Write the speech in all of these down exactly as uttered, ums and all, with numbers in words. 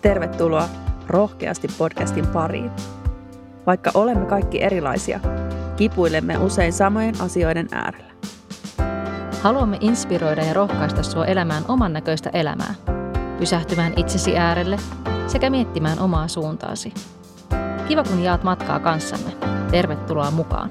Tervetuloa Rohkeasti podcastin pariin. Vaikka olemme kaikki erilaisia, kipuilemme usein samojen asioiden äärellä. Haluamme inspiroida ja rohkaista sinua elämään oman näköistä elämää, pysähtymään itsesi äärelle sekä miettimään omaa suuntaasi. Kiva kun jaat matkaa kanssamme. Tervetuloa mukaan.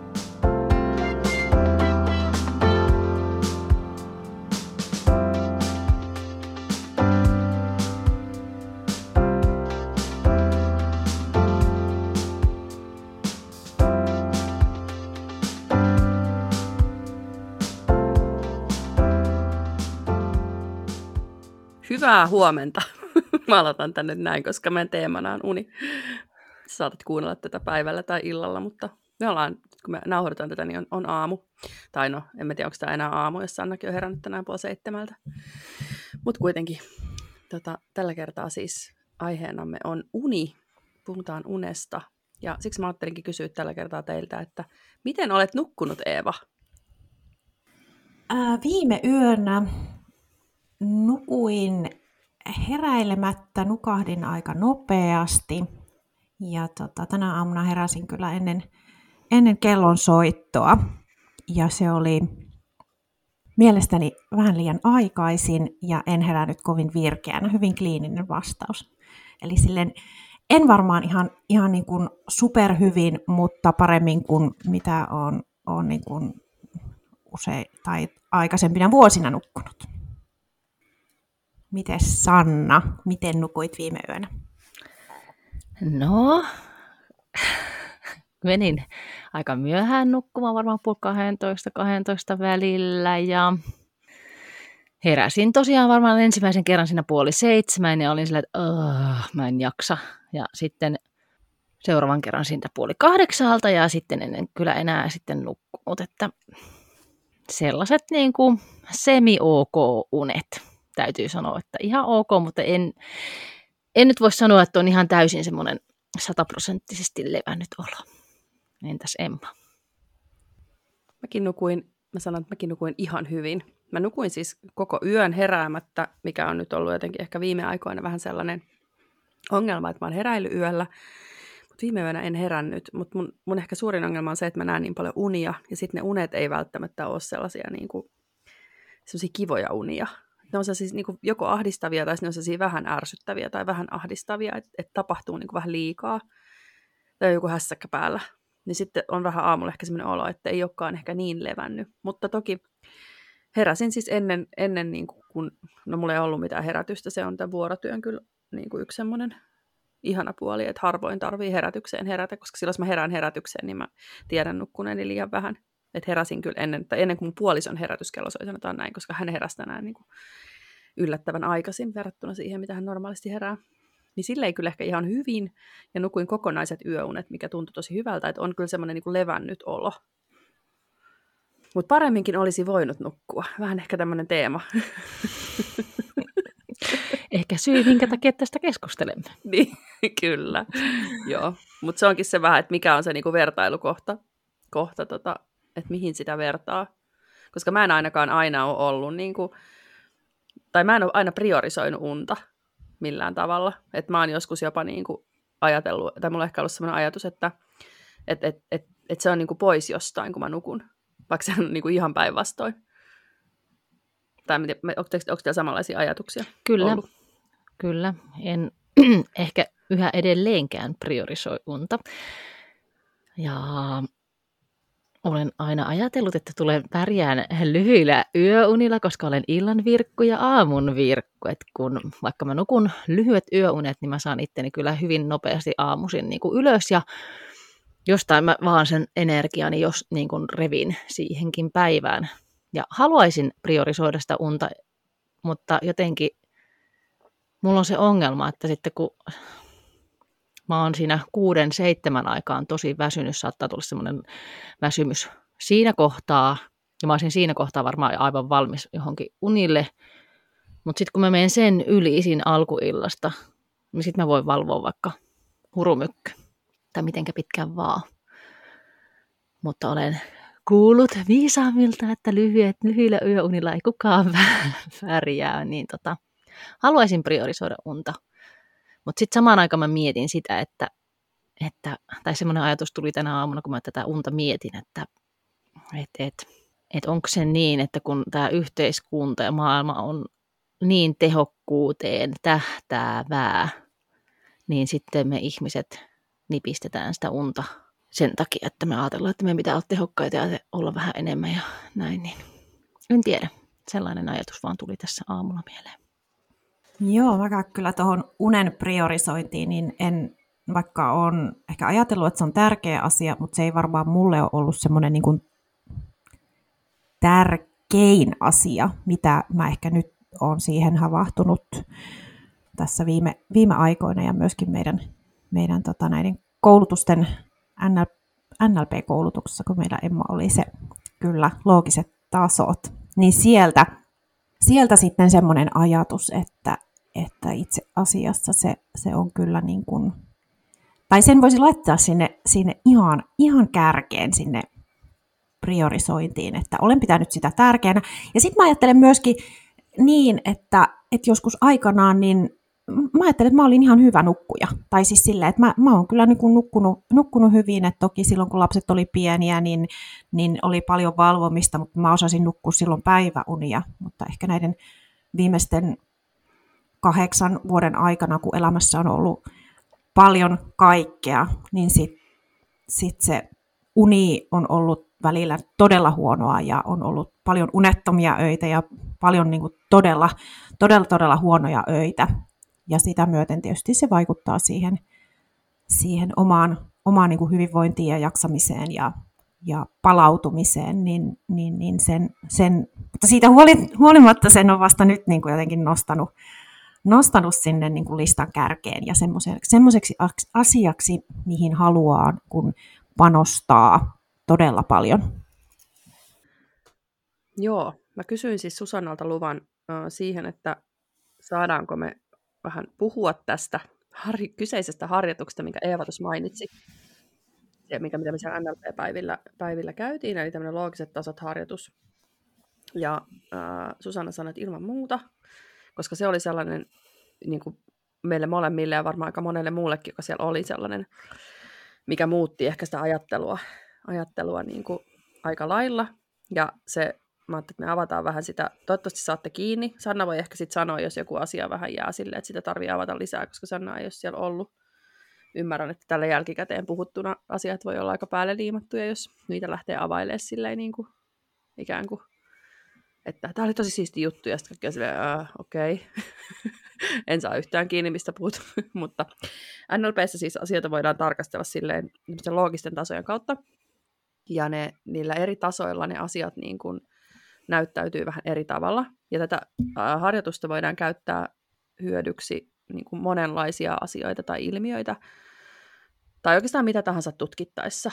Hyvää huomenta. Mä aloitan tänne näin, koska meidän teemana on uni. Saatat kuunnella tätä päivällä tai illalla, mutta me ollaan, kun me nauhoitetaan tätä, niin on, on aamu. Tai no, en tiedä, onko tämä enää aamu, jos Sannakin on herännyt tänään puoli seitsemältä. Mutta kuitenkin, tota, tällä kertaa siis aiheenamme on uni. Puhutaan unesta. Ja siksi mä ajattelinkin kysyä tällä kertaa teiltä, että miten olet nukkunut, Eeva? Ää, viime yönä nukuin heräilemättä, nukahdin aika nopeasti ja tota, tänä aamuna heräsin kyllä ennen, ennen kellon soittoa ja se oli mielestäni vähän liian aikaisin ja en herännyt kovin virkeänä, hyvin kliininen vastaus. Eli silleen, en varmaan ihan, ihan niin kuin superhyvin, mutta paremmin kuin mitä on, on niin kuin usein tai aikaisempina vuosina nukkunut. Mites Sanna, miten nukuit viime yönä? No, menin aika myöhään nukkumaan, varmaan puoli kaksitoista, kaksitoista välillä ja heräsin tosiaan varmaan ensimmäisen kerran siinä puoli seitsemän ja olin sillä, että mä en jaksa. Ja sitten seuraavan kerran siitä puoli kahdeksalta ja sitten en kyllä enää sitten nukkunut, että sellaiset niin kuin semi-ok-unet. Täytyy sanoa, että ihan ok, mutta en, en nyt voi sanoa, että on ihan täysin semmoinen sataprosenttisesti levännyt olo. Entäs Emma? Mäkin nukuin, mä sanon, että mäkin nukuin ihan hyvin. Mä nukuin siis koko yön heräämättä, mikä on nyt ollut jotenkin ehkä viime aikoina vähän sellainen ongelma, että mä oon heräillyt yöllä. Mutta viime yönä en herännyt, mutta mun, mun ehkä suurin ongelma on se, että mä näen niin paljon unia, ja sitten ne unet ei välttämättä ole sellaisia niin kuin, sellaisia kivoja unia. Ne on siis niin kuin joko ahdistavia tai ne on siis vähän ärsyttäviä tai vähän ahdistavia, että et tapahtuu niin kuin vähän liikaa tai joku hässäkkä päällä. Niin sitten on vähän aamulla ehkä sellainen olo, että ei olekaan ehkä niin levännyt. Mutta toki heräsin siis ennen, ennen niin kuin kun, no mulla ei ollut mitään herätystä, se on tämän vuorotyön kyllä niin kuin yksi semmoinen ihana puoli, että harvoin tarvii herätykseen herätä, koska silloin jos mä herään herätykseen, niin mä tiedän nukkuneeni liian vähän. Että heräsin kyllä ennen, tai ennen kuin mun puolison herätyskello soi, sanotaan näin, koska hän heräsi tänään niin kuin yllättävän aikaisin verrattuna siihen, mitä hän normaalisti herää. Niin sille ei kyllä ehkä ihan hyvin, ja nukuin kokonaiset yöunet, mikä tuntui tosi hyvältä, että on kyllä semmoinen niin kuin levännyt olo. Mutta paremminkin olisi voinut nukkua. Vähän ehkä tämmöinen teema. Ehkä syy, minkä takia tästä keskustelemme. Niin, kyllä. Joo, mutta se onkin se vähän, että mikä on se niin kuin vertailukohta, kohta, tota, että mihin sitä vertaa. Koska mä en ainakaan aina ole ollut, niin kuin, tai mä en ole aina priorisoinut unta millään tavalla. Että mä oon joskus jopa niin kuin ajatellut, tai mulla on ehkä ollut sellainen ajatus, että et, et, et, et se on niin kuin pois jostain, kun mä nukun. Vaikka se on niin kuin ihan päinvastoin. Tai onko teillä samanlaisia ajatuksia Kyllä, ollut? Kyllä. En ehkä yhä edelleenkään priorisoi unta. Ja olen aina ajatellut, että tulen pärjään lyhyillä yöunilla, koska olen illan virkku ja aamun virkku. Et kun vaikka mä nukun lyhyet yöunet, niin mä saan itteni kyllä hyvin nopeasti aamuisin niin kuin ylös. Ja jostain mä vaan sen energiani jos niin kuin revin siihenkin päivään. Ja haluaisin priorisoida sitä unta, mutta jotenkin mulla on se ongelma, että sitten kun mä oon siinä kuuden, seitsemän aikaan tosi väsynyt, saattaa tulla semmoinen väsymys siinä kohtaa, ja mä olisin siinä kohtaa varmaan aivan valmis johonkin unille, mutta sitten kun mä menen sen yli siinä alkuillasta, niin sitten mä voin valvoa vaikka hurumykky, tai mitenkä pitkään vaan. Mutta olen kuullut viisaamilta, että lyhyet, lyhyillä yöunilla ei kukaan pärjää, niin tota, haluaisin priorisoida unta. Mutta sitten samaan aikaan mä mietin sitä, että, että tai semmoinen ajatus tuli tänä aamuna, kun mä tätä unta mietin, että et, et, et onko se niin, että kun tämä yhteiskunta ja maailma on niin tehokkuuteen tähtäävää, niin sitten me ihmiset nipistetään sitä unta sen takia, että me ajatellaan, että meidän pitää olla tehokkaita ja olla vähän enemmän ja näin. Niin. En tiedä. Sellainen ajatus vaan tuli tässä aamulla mieleen. Joo, mä kyllä tuohon unen priorisointiin, niin en vaikka olen ehkä ajatellut, että se on tärkeä asia, mutta se ei varmaan mulle ole ollut semmoinen niin kuin tärkein asia, mitä mä ehkä nyt olen siihen havahtunut tässä viime, viime aikoina ja myöskin meidän, meidän tota, näiden koulutusten N L P-koulutuksessa, kun meillä Emma oli se kyllä loogiset tasot, niin sieltä, sieltä sitten semmoinen ajatus, että, että itse asiassa se, se on kyllä niin kuin, tai sen voisi laittaa sinne, sinne ihan, ihan kärkeen sinne priorisointiin, että olen pitänyt sitä tärkeänä. Ja sitten mä ajattelen myöskin niin, että, että joskus aikanaan, niin mä ajattelen, että mä olin ihan hyvä nukkuja. Tai siis silleen, että mä, mä oon kyllä niin kuin nukkunut, nukkunut hyvin, että toki silloin kun lapset oli pieniä, niin, niin oli paljon valvomista, mutta mä osasin nukkua silloin päiväunia. Mutta ehkä näiden viimeisten kahdeksan vuoden aikana, kun elämässä on ollut paljon kaikkea, niin sitten sit se uni on ollut välillä todella huonoa ja on ollut paljon unettomia öitä ja paljon niin kuin todella, todella, todella huonoja öitä. Ja sitä myöten tietysti se vaikuttaa siihen, siihen omaan, omaan niin kuin hyvinvointiin ja jaksamiseen ja, ja palautumiseen. Niin, niin, niin sen, sen, mutta siitä huolimatta sen on vasta nyt niin kuin jotenkin nostanut, nostanut sinne niin kuin listan kärkeen ja semmoiseksi asiaksi, mihin haluaa kun panostaa todella paljon. Joo, mä kysyin siis Susannalta luvan äh, siihen, että saadaanko me vähän puhua tästä har- kyseisestä harjoituksesta, minkä Eeva tuossa mainitsi, ja mikä mitä me siellä N L P-päivillä päivillä käytiin, eli tämmöinen loogiset tasot harjoitus. Ja äh, Susanna sanoi, että ilman muuta, koska se oli sellainen niin kuin meille molemmille ja varmaan aika monelle muullekin, joka siellä oli sellainen, mikä muutti ehkä sitä ajattelua, ajattelua niin kuin aika lailla. Ja se, mä ajattelin, että me avataan vähän sitä, toivottavasti saatte kiinni. Sanna voi ehkä sitten sanoa, jos joku asia vähän jää silleen, että sitä tarvii avata lisää, koska Sanna ei ole siellä ollut. Ymmärrän, että tällä jälkikäteen puhuttuna asiat voi olla aika päälle liimattuja, jos niitä lähtee availemaan silleen niin kuin, ikään kuin, että tämä oli tosi siisti juttu, ja sitten kaikki on silleen, okei, okay. En saa yhtään kiinni, mistä puhut, mutta N L P:ssä siis asioita voidaan tarkastella silleen loogisten tasojen kautta, ja ne, niillä eri tasoilla ne asiat niin kuin näyttäytyy vähän eri tavalla, ja tätä äh, harjoitusta voidaan käyttää hyödyksi niin kuin monenlaisia asioita tai ilmiöitä, tai oikeastaan mitä tahansa tutkittaessa.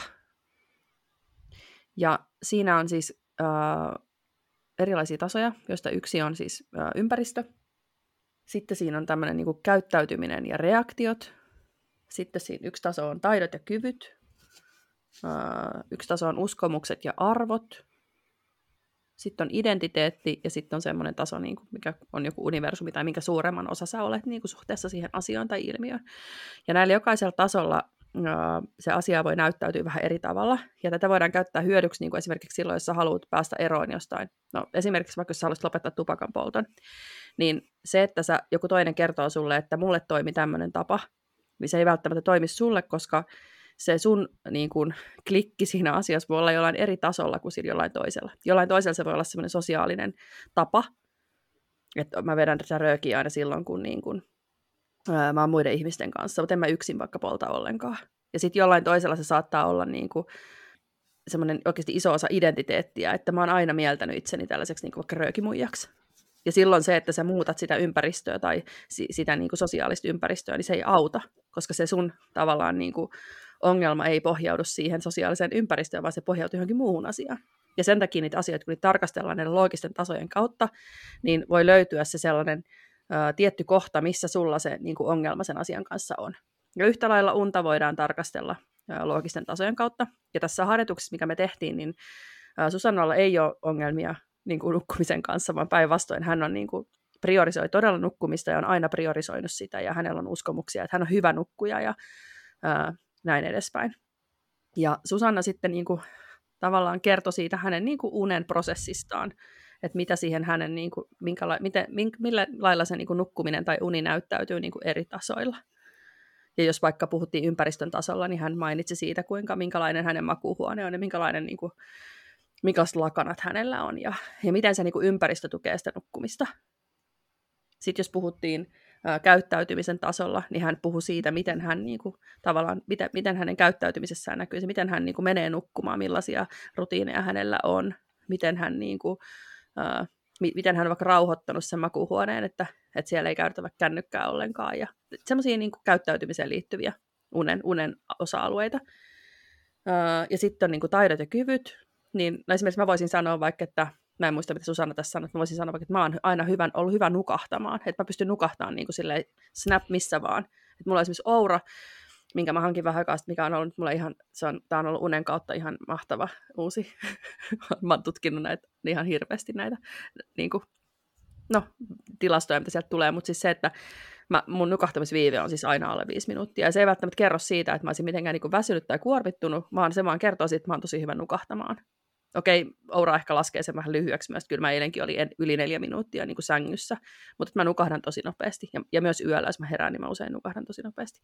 Ja siinä on siis äh, erilaisia tasoja, joista yksi on siis äh, ympäristö, sitten siinä on tämmöinen niin kuin käyttäytyminen ja reaktiot, sitten siinä yksi taso on taidot ja kyvyt, äh, yksi taso on uskomukset ja arvot, sitten on identiteetti ja sitten on semmoinen taso, niin kuin, mikä on joku universumi tai minkä suuremman osa sä olet niin kuin suhteessa siihen asiaan tai ilmiöön. Ja näillä jokaisella tasolla se asia voi näyttäytyä vähän eri tavalla, ja tätä voidaan käyttää hyödyksi niin kuin esimerkiksi silloin, jos sä haluat päästä eroon jostain. No esimerkiksi vaikka jos sä haluaisit lopettaa tupakan polton, niin se, että sä, joku toinen kertoo sulle, että mulle toimi tämmöinen tapa, niin se ei välttämättä toimi sulle, koska se sun niin kuin, klikki siinä asiassa voi olla jollain eri tasolla kuin siinä jollain toisella. Jollain toisella se voi olla semmoinen sosiaalinen tapa, että mä vedän tätä röökiä aina silloin, kun niin kuin, ää, mä oon muiden ihmisten kanssa, mutta en mä yksin vaikka polta ollenkaan. Ja sitten jollain toisella se saattaa olla niin kuin, semmoinen oikeasti iso osa identiteettiä, että mä oon aina mieltänyt itseni tällaiseksi niin kuin vaikka röökimuijaksi. Ja silloin se, että sä muutat sitä ympäristöä tai sitä niin kuin sosiaalista ympäristöä, niin se ei auta, koska se sun tavallaan niin kuin ongelma ei pohjaudu siihen sosiaaliseen ympäristöön, vaan se pohjautuu johonkin muuhun asiaan. Ja sen takia niitä asioita, kun niitä tarkastellaan näiden loogisten tasojen kautta, niin voi löytyä se sellainen ä, tietty kohta, missä sulla se niin kuin ongelma sen asian kanssa on. Ja yhtä lailla unta voidaan tarkastella ä, loogisten tasojen kautta. Ja tässä harjoituksessa, mikä me tehtiin, niin ä, Susannalla ei ole ongelmia niin kuin nukkumisen kanssa, vaan päinvastoin hän on niin kuin priorisoi todella nukkumista ja on aina priorisoinut sitä ja hänellä on uskomuksia, että hän on hyvä nukkuja ja ää, näin edespäin. Ja Susanna sitten niin kuin, tavallaan kertoi siitä hänen niin kuin, unen prosessistaan, että mitä siihen hänen, niin kuin, minkäla- miten, mink, millä lailla se niin kuin, nukkuminen tai uni näyttäytyy niin kuin, eri tasoilla. Ja jos vaikka puhuttiin ympäristön tasolla, niin hän mainitsi siitä, kuinka minkälainen hänen makuuhuone on ja minkälainen, niin kuin, minkälaiset lakanat hänellä on ja, ja miten se niin kuin, ympäristö tukee sitä nukkumista. Sitten jos puhuttiin ää, käyttäytymisen tasolla, niin hän puhui siitä, miten, hän, niin kuin, tavallaan, miten, miten hänen käyttäytymisessään näkyy, se, miten hän niin kuin, menee nukkumaan, millaisia rutiineja hänellä on, miten hän, niin kuin, ää, mi- miten hän on vaikka rauhoittanut sen makuuhuoneen, että, että siellä ei käytetä vaikka kännykkää ollenkaan. Ja semmoisia niin kuin, käyttäytymiseen liittyviä unen, unen osa-alueita. Ää, ja sitten on niin kuin, taidot ja kyvyt. Niin, no esimerkiksi mä voisin sanoa vaikka, että mä en muista, mitä Susanna tässä sanoi, että mä voisin sanoa vaikka, että mä oon aina hyvän, ollut hyvä nukahtamaan, että mä pystyn nukahtamaan niin kuin silleen snap missä vaan. Että mulla on esimerkiksi Oura, minkä mä hankin vähän aikaa, mikä on ollut mulla ihan, se on, tää on ollut unen kautta ihan mahtava uusi. Mä oon tutkinut näitä ihan hirveästi näitä niin kuin, no, tilastoja, mitä sieltä tulee, mutta siis se, että mä, mun nukahtamisviive on siis aina alle viisi minuuttia, ja se ei välttämättä kerro siitä, että mä olisin mitenkään niin kuin väsynyt tai kuormittunut, vaan se vaan kertoo siitä, että mä oon tosi hyvä nukahtamaan. Okei, Oura ehkä laskee sen vähän lyhyeksi myös, kyllä mä eilenkin olin yli neljä minuuttia niin kuin sängyssä, mutta mä nukahdan tosi nopeasti, ja, ja myös yöllä, jos mä herään, niin mä usein nukahdan tosi nopeasti.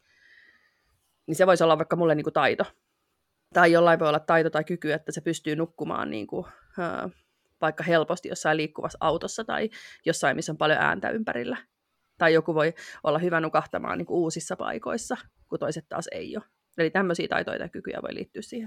Niin se voisi olla vaikka mulle niin kuin taito, tai jollain voi olla taito tai kyky, että se pystyy nukkumaan niin kuin, äh, vaikka helposti jossain liikkuvassa autossa, tai jossain, missä on paljon ääntä ympärillä. Tai joku voi olla hyvä nukahtamaan niin kuin uusissa paikoissa, kun toiset taas ei ole. Eli tämmöisiä taitoja ja kykyjä voi liittyä siihen.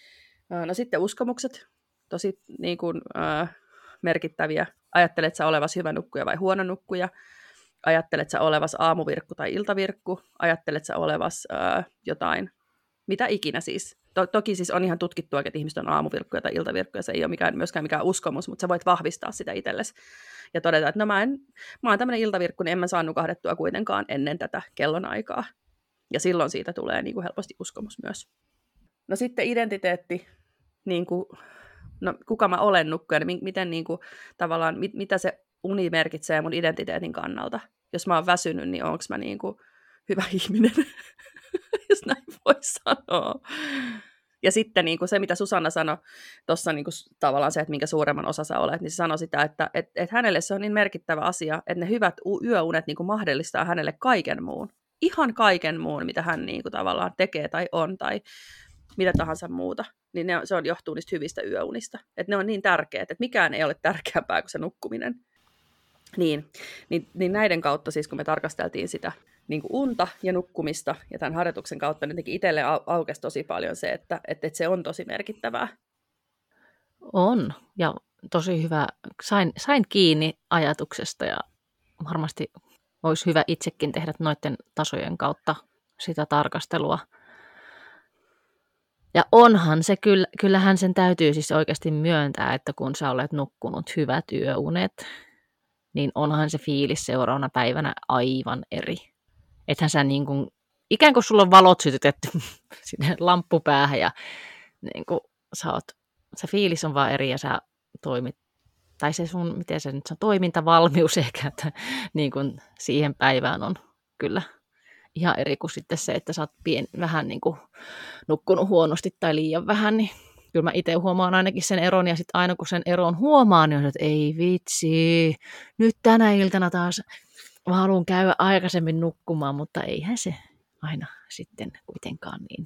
No sitten uskomukset, tosi niin kuin, äh, merkittäviä. Ajattelet sä olevasi hyvä nukkuja vai huono nukkuja? Ajattelet sä olevasi aamuvirkku tai iltavirkku? Ajattelet sä olevasi äh, jotain, mitä ikinä siis? To- toki siis on ihan tutkittua, että ihmiset on aamuvirkkuja tai iltavirkkuja. Se ei ole mikään, myöskään mikään uskomus, mutta sä voit vahvistaa sitä itsellesi ja todeta, että no mä, en, mä oon tämmöinen iltavirkku, niin en mä saa nukahdettua kuitenkaan ennen tätä kellonaikaa. Ja silloin siitä tulee niin kuin helposti uskomus myös. No sitten identiteetti, niin kuin, no kuka mä olen nukkujana, miten niin kuin, tavallaan, mit, mitä se uni merkitsee mun identiteetin kannalta. Jos mä oon väsynyt, niin onko mä niin kuin hyvä ihminen, jos näin voi sanoa. Ja sitten niin kuin se, mitä Susanna sanoi tuossa niin kuin tavallaan se, että minkä suuremman osa sä olet, niin se sanoi sitä, että et, et hänelle se on niin merkittävä asia, että ne hyvät yöunet niin kuin mahdollistaa hänelle kaiken muun. Ihan kaiken muun, mitä hän niin kuin tavallaan tekee tai on tai mitä tahansa muuta. Niin ne on, se on, johtuu niistä hyvistä yöunista. Että ne on niin tärkeät, että mikään ei ole tärkeämpää kuin se nukkuminen. Niin, niin, niin näiden kautta siis, kun me tarkasteltiin sitä niin kuin unta ja nukkumista, ja tämän harjoituksen kautta niin itselle au- aukesi tosi paljon se, että, että, että se on tosi merkittävää. On, ja tosi hyvä. Sain, sain kiinni ajatuksesta, ja varmasti olisi hyvä itsekin tehdä noiden tasojen kautta sitä tarkastelua. Ja onhan se, kyllä, kyllähän sen täytyy siis oikeasti myöntää, että kun sä olet nukkunut hyvät yöunet, niin onhan se fiilis seuraavana päivänä aivan eri. Ethän sä niin kuin, ikään kuin sulla on valot sytytetty sinne lamppupäähän ja niin kuin sä oot, se fiilis on vaan eri ja sä toimit, tai se sun, miten se nyt on, toimintavalmius ehkä, että niin kuin siihen päivään on kyllä ihan eri kuin sitten se, että sä oot pien, vähän niin kuin nukkunut huonosti tai liian vähän, niin kyllä mä itse huomaan ainakin sen eron, ja sitten aina kun sen eron huomaan, niin on, että ei vitsi, nyt tänä iltana taas mä haluan käydä aikaisemmin nukkumaan, mutta eihän se aina sitten kuitenkaan niin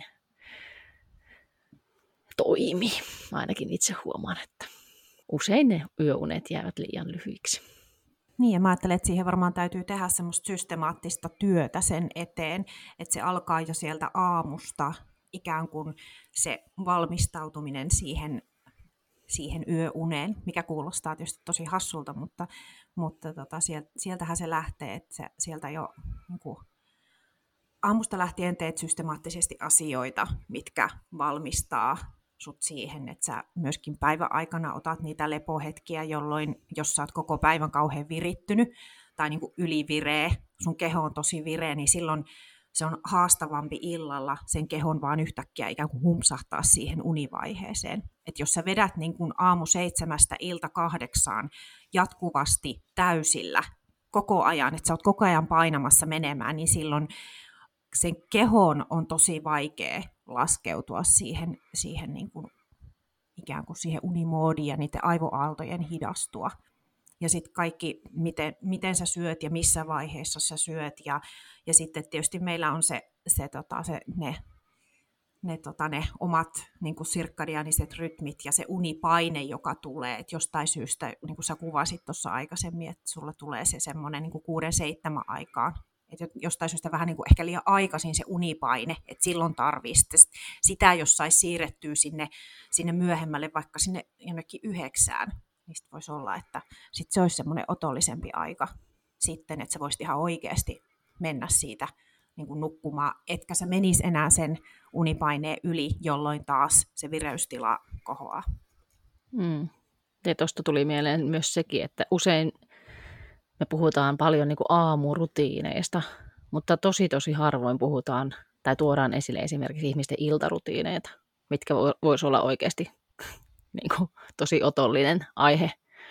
toimi. Mä ainakin itse huomaan, että usein ne yöunet jäävät liian lyhyiksi. Niin, ja mä ajattelen, että siihen varmaan täytyy tehdä semmoista systemaattista työtä sen eteen, että se alkaa jo sieltä aamusta, ikään kuin se valmistautuminen siihen, siihen yöuneen, mikä kuulostaa tietysti tosi hassulta, mutta, mutta tota, sieltähän se lähtee, että se, sieltä jo niin kuin, aamusta lähtien teet systemaattisesti asioita, mitkä valmistaa sut siihen, että sä myöskin päiväaikana otat niitä lepohetkiä, jolloin jos sä oot koko päivän kauhean virittynyt tai niin kuin ylivireä, sun keho on tosi vireä, niin silloin se on haastavampi illalla sen kehon vaan yhtäkkiä ikään kuin humpsahtaa siihen univaiheeseen. Että jos sä vedät niin kuin aamu seitsemästä ilta kahdeksaan jatkuvasti täysillä koko ajan, että sä oot koko ajan painamassa menemään, niin silloin sen kehon on tosi vaikea laskeutua siihen, siihen niin kuin, ikään kuin siihen unimoodiin ja niiden aivoaaltojen hidastua. Ja sitten kaikki, miten, miten sä syöt ja missä vaiheessa sä syöt. Ja, ja sitten tietysti meillä on se, se, tota, se, ne, ne, tota, ne omat niin kuin sirkkadiaaniset rytmit ja se unipaine, joka tulee. Et jostain syystä, niin kuin sä kuvasit tuossa aikaisemmin, että sulla tulee se semmoinen niin kuin kuuden seitsemän aikaan. Että jostain syystä vähän niin kuin ehkä liian aikaisin se unipaine, että silloin tarvitsee sitä, jos saisi siirrettyä sinne, sinne myöhemmälle, vaikka sinne jonnekin yhdeksään. Niistä voisi olla, että sit se olisi semmoinen otollisempi aika sitten, että sä voisit ihan oikeasti mennä siitä niin kuin nukkumaan, etkä sä menisi enää sen unipaineen yli, jolloin taas se vireystila kohoaa. Mm. Ja tuosta tuli mieleen myös sekin, että usein me puhutaan paljon niin kuin aamurutiineista, mutta tosi tosi harvoin puhutaan tai tuodaan esille esimerkiksi ihmisten iltarutiineita, mitkä voisi olla oikeasti niin kuin tosi otollinen aihe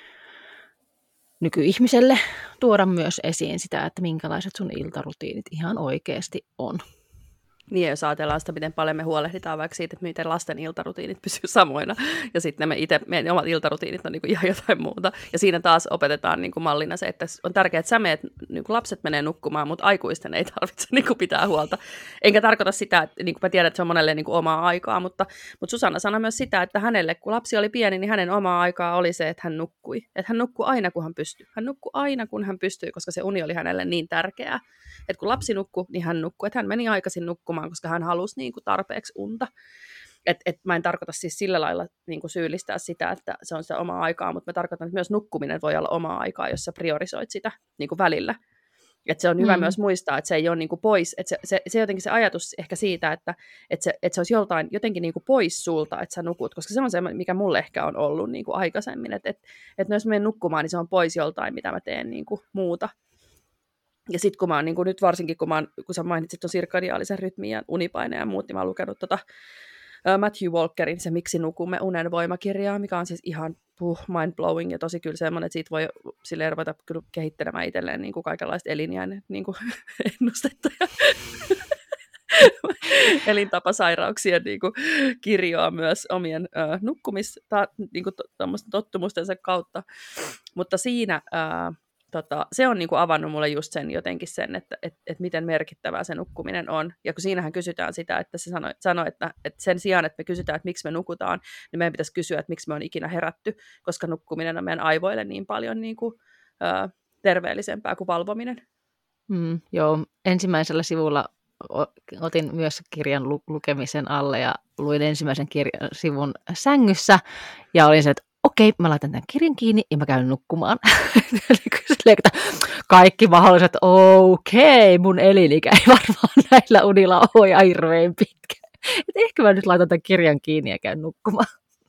nykyihmiselle tuoda myös esiin sitä, että minkälaiset sun iltarutiinit ihan oikeasti on. Niin, jos ajatellaan sitä, miten paljon me huolehditaan vaikka siitä, että miten lasten iltarutiinit pysyy samoina, ja sitten me itse, meidän omat iltarutiinit on niin kuin ihan jotain muuta. Ja siinä taas opetetaan niin kuin mallina se, että on tärkeää, että sä meet, niin kuin lapset menee nukkumaan, mutta aikuisten ei tarvitse niin kuin pitää huolta. Enkä tarkoita sitä, että niin kuin mä tiedän, että se on monelle niin kuin omaa aikaa, mutta, mutta Susanna sanoi myös sitä, että hänelle, kun lapsi oli pieni, niin hänen omaa aikaa oli se, että hän nukkui. Että hän nukkui aina, kun hän pystyi. Hän nukkui aina, kun hän pystyi, koska se uni oli hänelle niin tärkeää. Että kun lapsi nukkui, niin hän nukkui. Että hän meni aikaisin nukkumaan, koska hän halusi niin kuin tarpeeksi unta. Et, et mä en tarkoita siis sillä lailla niin kuin syyllistää sitä, että se on sitä omaa aikaa, mutta mä tarkoitan, että myös nukkuminen voi olla omaa aikaa, jos sä priorisoit sitä niin kuin välillä. Et se on hyvä mm. myös muistaa, että se ei ole niin kuin pois. Että se, se, se jotenkin se ajatus ehkä siitä, että, että, se, että se olisi joltain jotenkin niin kuin pois sulta, että sä nukut, koska se on se, mikä mulle ehkä on ollut niin kuin aikaisemmin. Että et, et jos menen nukkumaan, niin se on pois joltain, mitä mä teen niin kuin muuta. Ja sitten kun mä oon, niin kun nyt varsinkin, kun, mä oon, kun sä mainitsit ton sirkadiaalisen rytmin ja unipaineen ja muut, niin mä oon lukenut tota Matthew Walkerin se Miksi nukumme unen voimakirjaa, mikä on siis ihan puh, mind-blowing ja tosi kyllä semmoinen, että siitä voi silleen ruveta kyllä kehittelemään itselleen niin kuin kaikenlaista elinjään niin kuin ennustetta ja elintapasairauksien niin kuin kirjoa myös omien äh, nukkumis- ta, niin kuin to, tottumustensa kautta. Mutta siinä... Äh, Tota, se on niinku avannut mulle just sen jotenkin sen, että et, et miten merkittävää se nukkuminen on. Ja kun siinähän kysytään sitä, että se sanoi, sanoi että, että sen sijaan, että me kysytään, että miksi me nukutaan, niin meidän pitäisi kysyä, että miksi me on ikinä herätty, koska nukkuminen on meidän aivoille niin paljon niinku, ö, terveellisempää kuin valvominen. Mm, joo, ensimmäisellä sivulla otin myös kirjan lu- lukemisen alle ja luin ensimmäisen kirjan sivun sängyssä ja olin se, että okei, mä laitan tämän kirjan kiinni ja mä käyn nukkumaan. Kaikki mahdolliset, okei, mun elinikä ei varmaan näillä unilla ole hirveän pitkä. Et ehkä mä nyt laitan tämän kirjan kiinni ja käyn nukkumaan.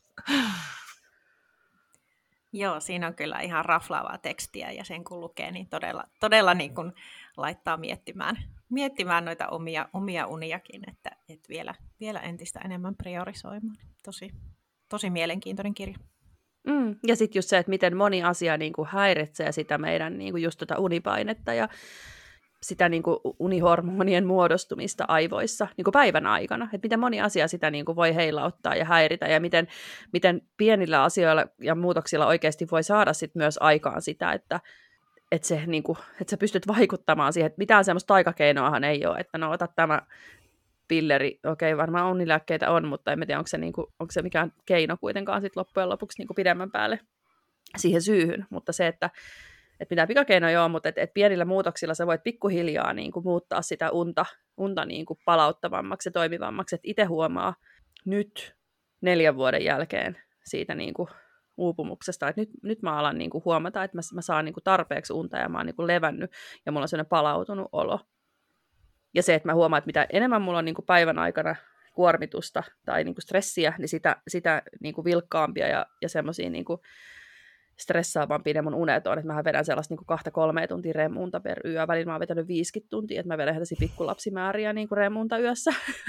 Joo, siinä on kyllä ihan raflaavaa tekstiä ja sen kun lukee, niin todella, todella niin kun laittaa miettimään, miettimään noita omia, omia uniakin, että, että vielä, vielä entistä enemmän priorisoimaan. Tosi, tosi mielenkiintoinen kirja. Mm, ja sitten just se, että miten moni asia niin kuin häiritsee sitä meidän niin kuin just tota unipainetta ja sitä niin kuin unihormonien muodostumista aivoissa niin kuin päivän aikana. Että miten moni asia sitä niin kuin voi heilauttaa ja häiritä ja miten, miten pienillä asioilla ja muutoksilla oikeasti voi saada sit myös aikaan sitä, että, että, se, niin kuin, että sä pystyt vaikuttamaan siihen. Että mitään semmoista taikakeinoahan ei ole, että no ota tämä pilleri, okei, varmaan unilääkkeitä on, mutta en tiedä, onko se, niinku, onko se mikään keino kuitenkaan sit loppujen lopuksi niinku pidemmän päälle siihen syyhyn. Mutta se, että et mitään pikakeinoja on, mutta et, et pienillä muutoksilla sä voit pikkuhiljaa niinku muuttaa sitä unta, unta niinku palauttavammaksi ja toimivammaksi. Et itse huomaa nyt neljän vuoden jälkeen siitä niinku uupumuksesta, että nyt, nyt mä alan niinku huomata, että mä, mä saan niinku tarpeeksi unta ja mä oon niinku levännyt ja mulla on sellainen palautunut olo. Ja se, että mä huomaan, että mitä enemmän mulla on niin kuin päivän aikana kuormitusta tai niin kuin stressiä, niin sitä, sitä niin kuin vilkkaampia ja, ja semmoisia niin kuin stressaavampia ne mun unet on. Että mähän vedän sellaista niin kuin kahta kolmea tuntia remunta per yö. Välillä mä oon vetänyt viisikymmentä tuntia, että mä vedän tällaisia pikkulapsimääriä niin kuin remunta yössä.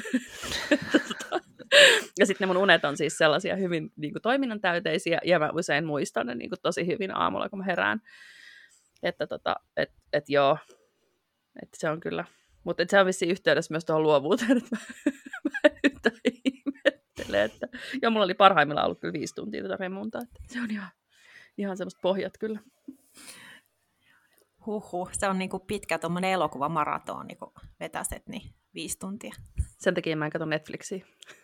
Ja sitten ne mun unet on siis sellaisia hyvin niin kuin toiminnantäyteisiä, ja mä usein muistan ne niin kuin tosi hyvin aamulla, kun mä herään. että tota, et, et joo, että se on kyllä, mutta se on vissiin yhteydessä myös tuohon luovuuteen, että mä, mä yhtään ihmettelen, että joo, mulla oli parhaimmillaan ollut kyllä viisi tuntia tätä remuntaa, että se on ihan, ihan semmoista pohjat kyllä. Huhhuh, se on niinku pitkä tuommoinen elokuvamaraton, niin kun vetäset, niin viisi tuntia. Sen takia mä en katso Netflixiä.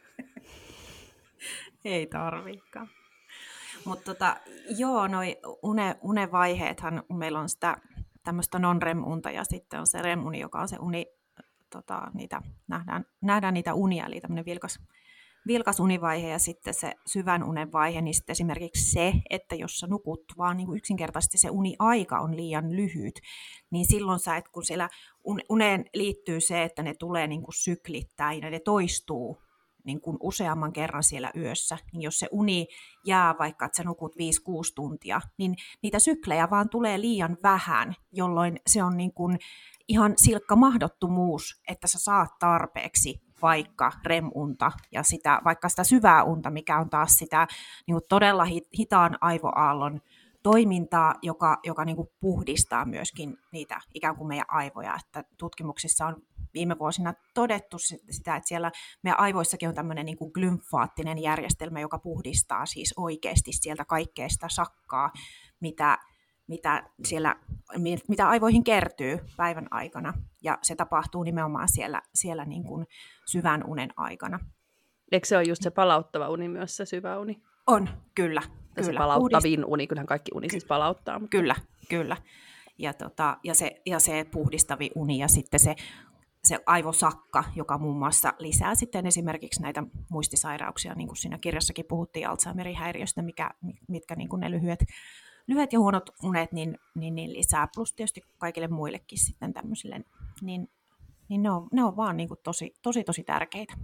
Ei tarviikaan. Mutta tota, joo, noi une, unevaiheethan, meillä on sitä tämmöistä non-rem-unta ja sitten on se rem-uni, joka on se uni, tota, niitä, nähdään, nähdään niitä unia, eli tämmöinen vilkas, vilkas univaihe ja sitten se syvän unen vaihe, niin sitten esimerkiksi se, että jos sä nukut vaan niin kuin yksinkertaisesti se uniaika on liian lyhyt, niin silloin sä et, kun siellä uneen liittyy se, että ne tulee niin kuin syklittäin ja ne toistuu niin kuin useamman kerran siellä yössä, niin jos se uni jää vaikka, että sä nukut viisi kuusi tuntia, niin niitä syklejä vaan tulee liian vähän, jolloin se on niin kuin ihan silkka mahdottomuus, että sä saat tarpeeksi vaikka rem-unta ja sitä, vaikka sitä syvää unta, mikä on taas sitä niin kuin todella hitaan aivoaallon toimintaa, joka, joka niin kuin puhdistaa myöskin niitä ikään kuin meidän aivoja. Että tutkimuksissa on viime vuosina todettu sitä, että siellä meidän aivoissakin on tämmöinen niin kuin glymfaattinen järjestelmä, joka puhdistaa siis oikeasti sieltä kaikkea sitä sakkaa, mitä, mitä, siellä, mitä aivoihin kertyy päivän aikana. Ja se tapahtuu nimenomaan siellä, siellä niin kuin syvän unen aikana. Eikö se ole just se palauttava uni myös, se syvä uni? On, kyllä. Ja kyllä. se palauttavin Puhdist... uni, kyllähän kaikki uni Ky- siis palauttaa. Mutta... Kyllä, kyllä. Ja, tota, ja, se, ja se puhdistavi uni ja sitten se, se aivosakka, joka muun muassa lisää sitten esimerkiksi näitä muistisairauksia, niin kuin siinä kirjassakin puhuttiin Alzheimerin häiriöstä, mikä, mitkä niin kuin ne lyhyet, lyhyet ja huonot unet niin, niin, niin lisää, plus tietysti kaikille muillekin sitten tämmöisille, niin, niin ne, on, ne on vaan niin kuin tosi, tosi, tosi tärkeitä.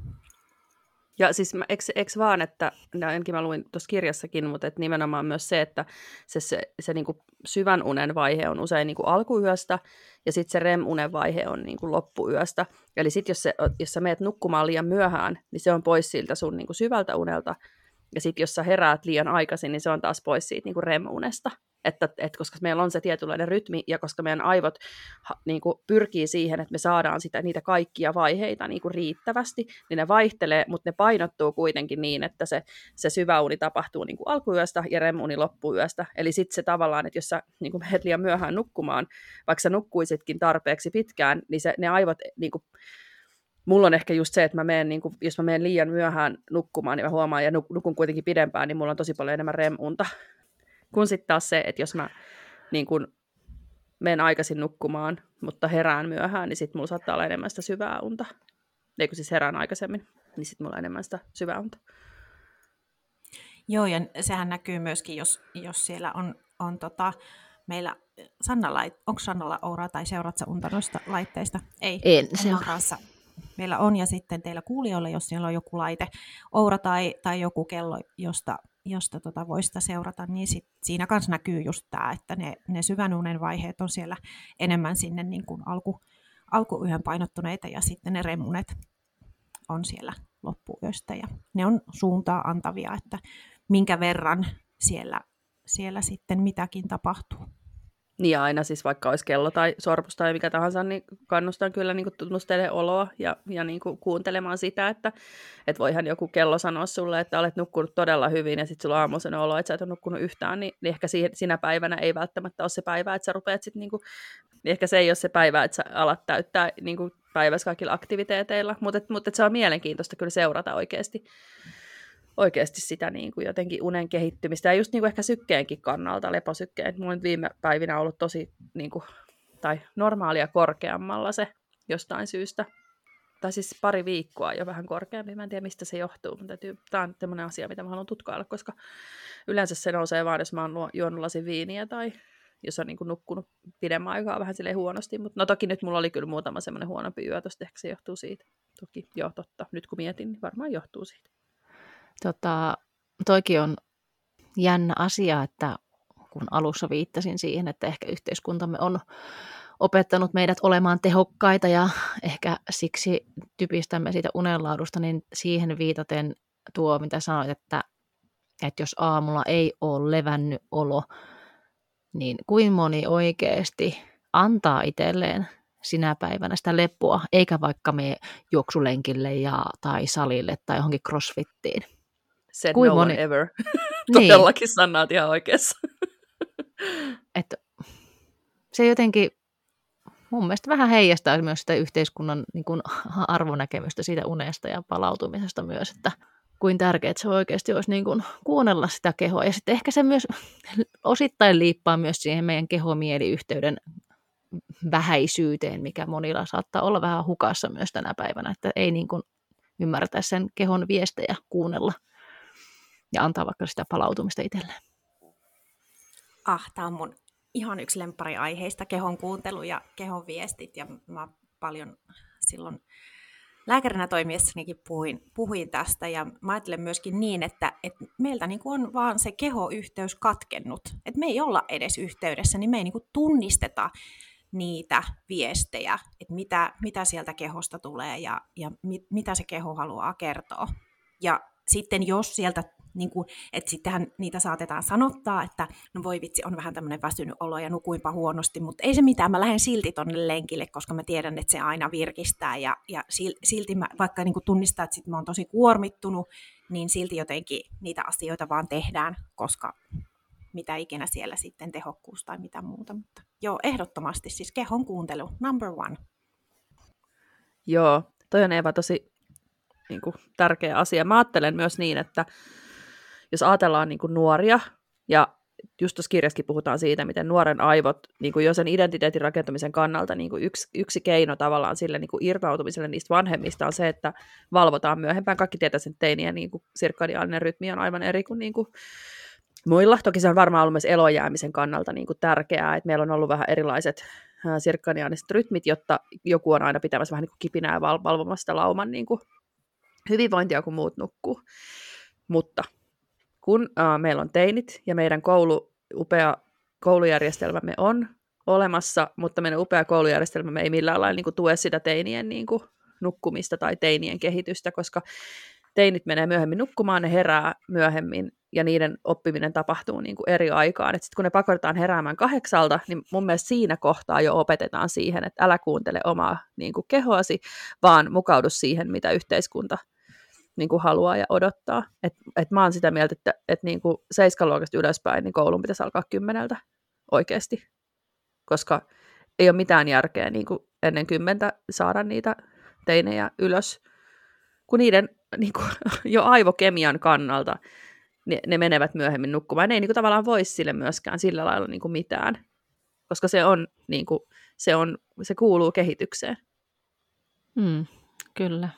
Ja siis eikö, eikö vaan, että, ainakin mä luin tuossa kirjassakin, mutta että nimenomaan myös se, että se, se, se niin kuin syvän unen vaihe on usein niin kuin alkuyöstä, ja sitten se rem-unen vaihe on niin kuin loppuyöstä. Eli sitten jos, jos sä meet nukkumaan liian myöhään, niin se on pois siltä sun niin kuin syvältä unelta, ja sitten jos sä heräät liian aikaisin, niin se on taas pois siitä niin kuin rem-unesta. Että, että koska meillä on se tietynlainen rytmi, ja koska meidän aivot niin kuin pyrkii siihen, että me saadaan sitä, niitä kaikkia vaiheita niin kuin riittävästi, niin ne vaihtelee, mutta ne painottuu kuitenkin niin, että se, se syvä uni tapahtuu niin kuin alkuyöstä ja rem-uni loppuyöstä. Eli sitten se tavallaan, että jos sä niin kuin menet liian myöhään nukkumaan, vaikka sä nukkuisitkin tarpeeksi pitkään, niin se, ne aivot... Niin kuin, mulla on ehkä just se, että mä menen, niin kuin, jos mä menen liian myöhään nukkumaan, niin mä huomaan, ja nukun kuitenkin pidempään, niin mulla on tosi paljon enemmän rem-unta. Kun sitten taas se, että jos mä niin kun menen aikaisin nukkumaan, mutta herään myöhään, niin sitten mulla saattaa olla enemmän sitä syvää unta. Eikö siis herään aikaisemmin, niin sitten mulla on enemmän sitä syvää unta. Joo, ja sehän näkyy myöskin, jos, jos siellä on, on tota, meillä, Sannalla, onko Sannalla Ouraa tai seuraatko unta noista laitteista? Ei, en seuraa. Meillä on, ja sitten teillä kuulijoilla, jos siellä on joku laite, Oura tai, tai joku kello, josta josta tota voi sitä seurata, niin sit siinä kanssa näkyy just tämä, että ne, ne syvän unen vaiheet on siellä enemmän sinne niin kuin alku, alkuyön painottuneita, ja sitten ne remunet on siellä loppuyöstä, ja ne on suuntaa antavia, että minkä verran siellä, siellä sitten mitäkin tapahtuu. Niin aina siis vaikka olisi kello tai sormus tai mikä tahansa, niin kannustan kyllä niin tunnustelemaan oloa ja, ja niin kuin kuuntelemaan sitä, että et voihan joku kello sanoa sulle, että olet nukkunut todella hyvin ja sitten sulla on aamuisen olo, että sä et ole nukkunut yhtään, niin, niin ehkä siihen, sinä päivänä ei välttämättä ole se päivä, että sä rupeat sitten, niin kuin, niin ehkä se ei ole se päivä, että sä alat täyttää niin kuin päivässä kaikilla aktiviteeteilla, mutta mut, se on mielenkiintoista kyllä seurata oikeasti. oikeasti sitä niin kuin jotenkin unen kehittymistä ja just niin kuin ehkä sykkeenkin kannalta, leposykkeen. Mulla on viime päivinä ollut tosi niin kuin, tai normaalia korkeammalla se jostain syystä. Tai siis pari viikkoa jo vähän korkeampi. Mä en tiedä, mistä se johtuu. Tämä on tämmöinen asia, mitä mä haluan tutkailla, koska yleensä se nousee vaan, jos mä oon juonut lasin viiniä tai jos on niin kuin nukkunut pidemmän aikaa vähän silleen huonosti. Mutta no toki nyt mulla oli kyllä muutama semmoinen huonompi yö, tosta ehkä se johtuu siitä. Toki joo, totta. Nyt kun mietin, niin varmaan johtuu siitä. Tota, toikin on jännä asia, että kun alussa viittasin siihen, että ehkä yhteiskuntamme on opettanut meidät olemaan tehokkaita ja ehkä siksi typistämme siitä unenlaadusta, niin siihen viitaten tuo, mitä sanoit, että, että jos aamulla ei ole levännyt olo, niin kuin moni oikeasti antaa itselleen sinä päivänä sitä leppua, eikä vaikka mene juoksulenkille ja, tai salille tai johonkin crossfittiin. Said kuin no moni... one ever. Niin. Todellakin Sanna oot ihan oikeassa. Että se jotenkin mun mielestä vähän heijastaa myös sitä yhteiskunnan niin kuin arvonäkemystä siitä unesta ja palautumisesta myös, että kuin tärkeää se oikeasti olisi niin kuin kuunnella sitä kehoa. Ja sitten ehkä se myös osittain liippaa myös siihen meidän kehomieliyhteyden vähäisyyteen, mikä monilla saattaa olla vähän hukassa myös tänä päivänä, että ei niin kuin ymmärretä sen kehon viestejä kuunnella ja antaa vaikka sitä palautumista itselleen. Ah, tämä on mun ihan yksi lemppari aiheista, kehon kuuntelu ja kehon viestit, ja mä paljon silloin lääkärinä toimiessanikin puhuin, puhuin tästä, ja mä ajattelen myöskin niin, että, että meiltä niin kuin on vaan se kehoyhteys katkennut, että me ei olla edes yhteydessä, niin me ei niin kuin tunnisteta niitä viestejä, että mitä, mitä sieltä kehosta tulee ja, ja mit, mitä se keho haluaa kertoa. Ja sitten jos sieltä, niin kuin, että sittenhän niitä saatetaan sanottaa, että no voi vitsi, on vähän tämmöinen väsynyt olo ja nukuinpa huonosti, mutta ei se mitään, mä lähden silti tonne lenkille, koska mä tiedän, että se aina virkistää ja, ja silti mä, vaikka niin kuin tunnistaa, että sit mä oon tosi kuormittunut, niin silti jotenkin niitä asioita vaan tehdään, koska mitä ikinä siellä sitten tehokkuus tai mitä muuta. Mutta joo, ehdottomasti siis kehon kuuntelu, number one. Joo, toi on Eeva tosi niin kuin, tärkeä asia. Mä ajattelen myös niin, että jos ajatellaan niin kuin nuoria, ja just tuossa kirjassakin puhutaan siitä, miten nuoren aivot niin kuin jo sen identiteetin rakentamisen kannalta niin kuin yksi, yksi keino tavallaan sille niin kuin irtautumiselle niistä vanhemmista on se, että valvotaan myöhempään. Kaikki tietää sen teinien niin kuin sirkadiaalinen rytmi on aivan eri kuin, niin kuin muilla. Toki se on varmaan ollut myös elojäämisen kannalta niin kuin tärkeää, että meillä on ollut vähän erilaiset sirkadiaaniset rytmit, jotta joku on aina pitämässä vähän niin kuin kipinää ja valvomassa sitä lauman niin kuin hyvinvointia, kun muut nukkuu. Mutta kun äh, meillä on teinit ja meidän koulu, upea koulujärjestelmämme on olemassa, mutta meidän upea koulujärjestelmämme ei millään lailla niin kuin tue sitä teinien niin kuin nukkumista tai teinien kehitystä, koska teinit menee myöhemmin nukkumaan, ne herää myöhemmin ja niiden oppiminen tapahtuu niin kuin eri aikaan. Sitten kun ne pakotetaan heräämään kahdeksalta, niin mun mielestä siinä kohtaa jo opetetaan siihen, että älä kuuntele omaa niin kuin kehoasi, vaan mukaudu siihen, mitä yhteiskunta niin kuin haluaa ja odottaa. Et, et mä oon sitä mieltä, että et niin kuin seiskaluokasta ylöspäin niin koulun pitäisi alkaa kymmeneltä oikeasti, koska ei ole mitään järkeä niin kuin ennen kymmentä saada niitä teinejä ylös, kun niiden niin kuin, jo aivokemian kannalta ne, ne menevät myöhemmin nukkumaan. Ne ei niin kuin, tavallaan voi sille myöskään sillä lailla niin kuin mitään, koska se, on, niin kuin, se, on, se kuuluu kehitykseen. Mm, kyllä.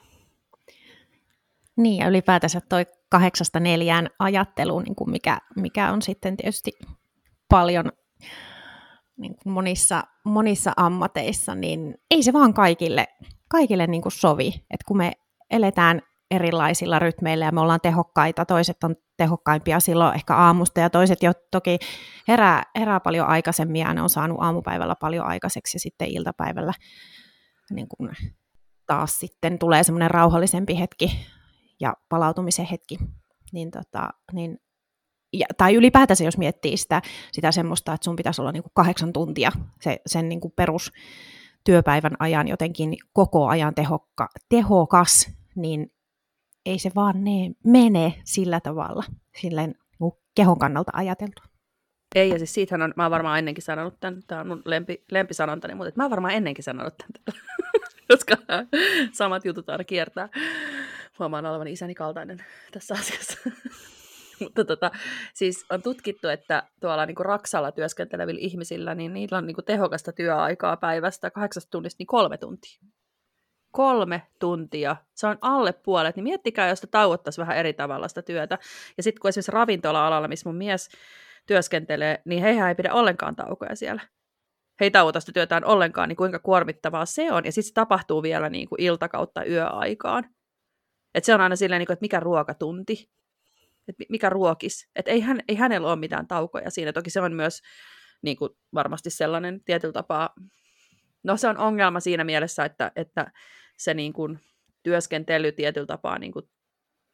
Niin, ja ylipäätänsä toi kahdeksasta neljään ajattelu, niin kuin mikä, mikä on sitten tietysti paljon niin kuin monissa, monissa ammateissa, niin ei se vaan kaikille, kaikille niin kuin sovi. Et kun me eletään erilaisilla rytmeillä ja me ollaan tehokkaita, toiset on tehokkaimpia silloin ehkä aamusta ja toiset jo toki herää, herää paljon aikaisemmin ja ne on saanut aamupäivällä paljon aikaiseksi ja sitten iltapäivällä niin kuin taas sitten tulee semmoinen rauhallisempi hetki ja palautumisen hetki, niin tota, niin, ja, tai ylipäätänsä jos miettii sitä, sitä semmoista, että sun pitäisi olla niinku kahdeksan tuntia se, sen niinku perustyöpäivän ajan jotenkin koko ajan tehokka, tehokas, niin ei se vaan ne mene sillä tavalla, silleen niinku kehon kannalta ajateltu. Ei, ja siis siitähän on, mä oon varmaan ennenkin sanonut tämän, tämä on mun lempi, lempisanontani, mutta mä oon varmaan ennenkin sanonut tämän, koska samat jutut aina kiertää. Huomaan olevan isäni kaltainen tässä asiassa. Mutta tota, siis on tutkittu, että tuolla niinku Raksalla työskentelevillä ihmisillä, niin niillä on niinku tehokasta työaikaa päivästä kahdeksasta tunnista niin kolme tuntia. Kolme tuntia. Se on alle puolet. Niin miettikää, jos te tauottaisiin vähän eri tavalla sitä työtä. Ja sitten kun esimerkiksi ravintola-alalla, missä mun mies työskentelee, niin heihän ei pidä ollenkaan taukoja siellä. He ei tauota sitä työtään ollenkaan, niin kuinka kuormittavaa se on. Ja sitten se tapahtuu vielä niin kuin ilta kautta yöaikaan. Et se on aina silleen, että mikä ruokatunti, että mikä ruokis. Että ei, hän, ei hänellä ole mitään taukoja siinä. Toki se on myös niin kuin varmasti sellainen tietyllä tapaa, no se on ongelma siinä mielessä, että, että se niin kuin työskentely tietyllä tapaa niin kuin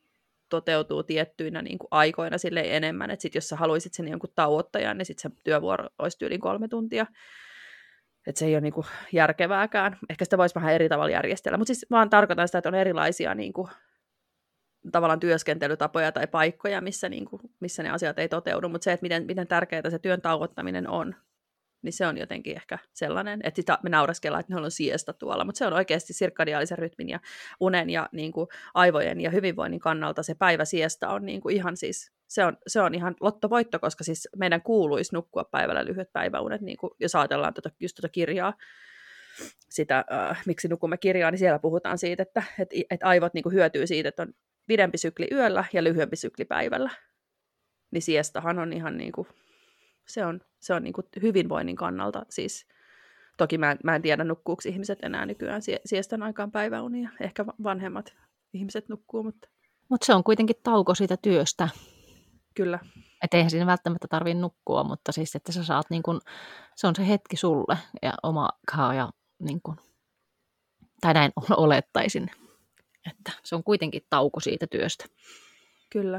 toteutuu tiettyinä niin kuin aikoina silleen enemmän, että sit jos sä haluaisit sen jonkun tauottajan, niin sitten se työvuoro olisi tyyliin kolme tuntia. Että se ei ole niin kuin järkevääkään. Ehkä sitä voisi vähän eri tavalla järjestellä, mutta siis vaan tarkoitan sitä, että on erilaisia niin kuin, tavallaan työskentelytapoja tai paikkoja, missä, niin kuin, missä ne asiat ei toteudu, mutta se, että miten, miten tärkeää se työn tauottaminen on, niin se on jotenkin ehkä sellainen, että sitä me naureskellaan, että ne on siesta tuolla, mutta se on oikeasti sirkadiaalisen rytmin ja unen ja niin kuin, aivojen ja hyvinvoinnin kannalta se päivä siesta on niin kuin, ihan siis, se on, se on ihan lottovoitto, koska siis meidän kuuluisi nukkua päivällä lyhyet päiväunet, niin kuin, jos ajatellaan tuota, just tuota kirjaa, sitä, äh, miksi nukumme kirjaa, niin siellä puhutaan siitä, että et, et aivot niin kuin, hyötyy siitä, että on pidempi sykli yöllä ja lyhyempi sykli päivällä, niin siestahan on ihan niin kuin, se on, se on niin kuin hyvinvoinnin kannalta siis, toki mä en, mä en tiedä nukkuuko ihmiset enää nykyään sie, siestan aikaan päiväunia, ehkä vanhemmat ihmiset nukkuu, mutta... Mutta se on kuitenkin tauko siitä työstä. Kyllä. Että eihän siinä välttämättä tarvitse nukkua, mutta siis, että sä saat niin kun, se on se hetki sulle ja oma kaa ja niin kun, tai näin olettaisin, että se on kuitenkin tauko siitä työstä. Kyllä.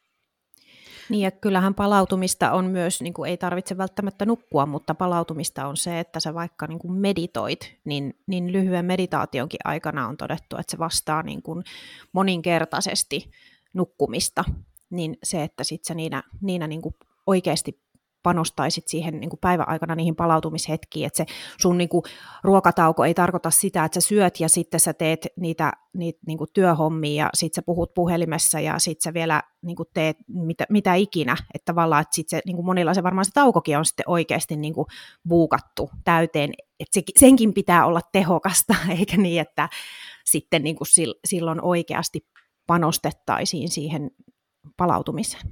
Niin ja kyllähän palautumista on myös, niin kuin ei tarvitse välttämättä nukkua, mutta palautumista on se, että sä vaikka niin kuin meditoit, niin, niin lyhyen meditaationkin aikana on todettu, että se vastaa niin kuin moninkertaisesti nukkumista, niin se, että sit sä niinä, niinä niin kuin oikeasti panostaisit siihen niin kuin päivän aikana niihin palautumishetkiin, että se sun niin kuin ruokatauko ei tarkoita sitä, että sä syöt ja sitten sä teet niitä, niitä niin kuin työhommia ja sitten sä puhut puhelimessa ja sitten sä vielä niin kuin teet mitä, mitä ikinä, että tavallaan, että sitten se niin kuin monilla se varmaan se taukokin on sitten oikeasti niin kuin buukattu täyteen, että se, senkin pitää olla tehokasta, eikä niin, että sitten niin kuin silloin oikeasti panostettaisiin siihen palautumiseen.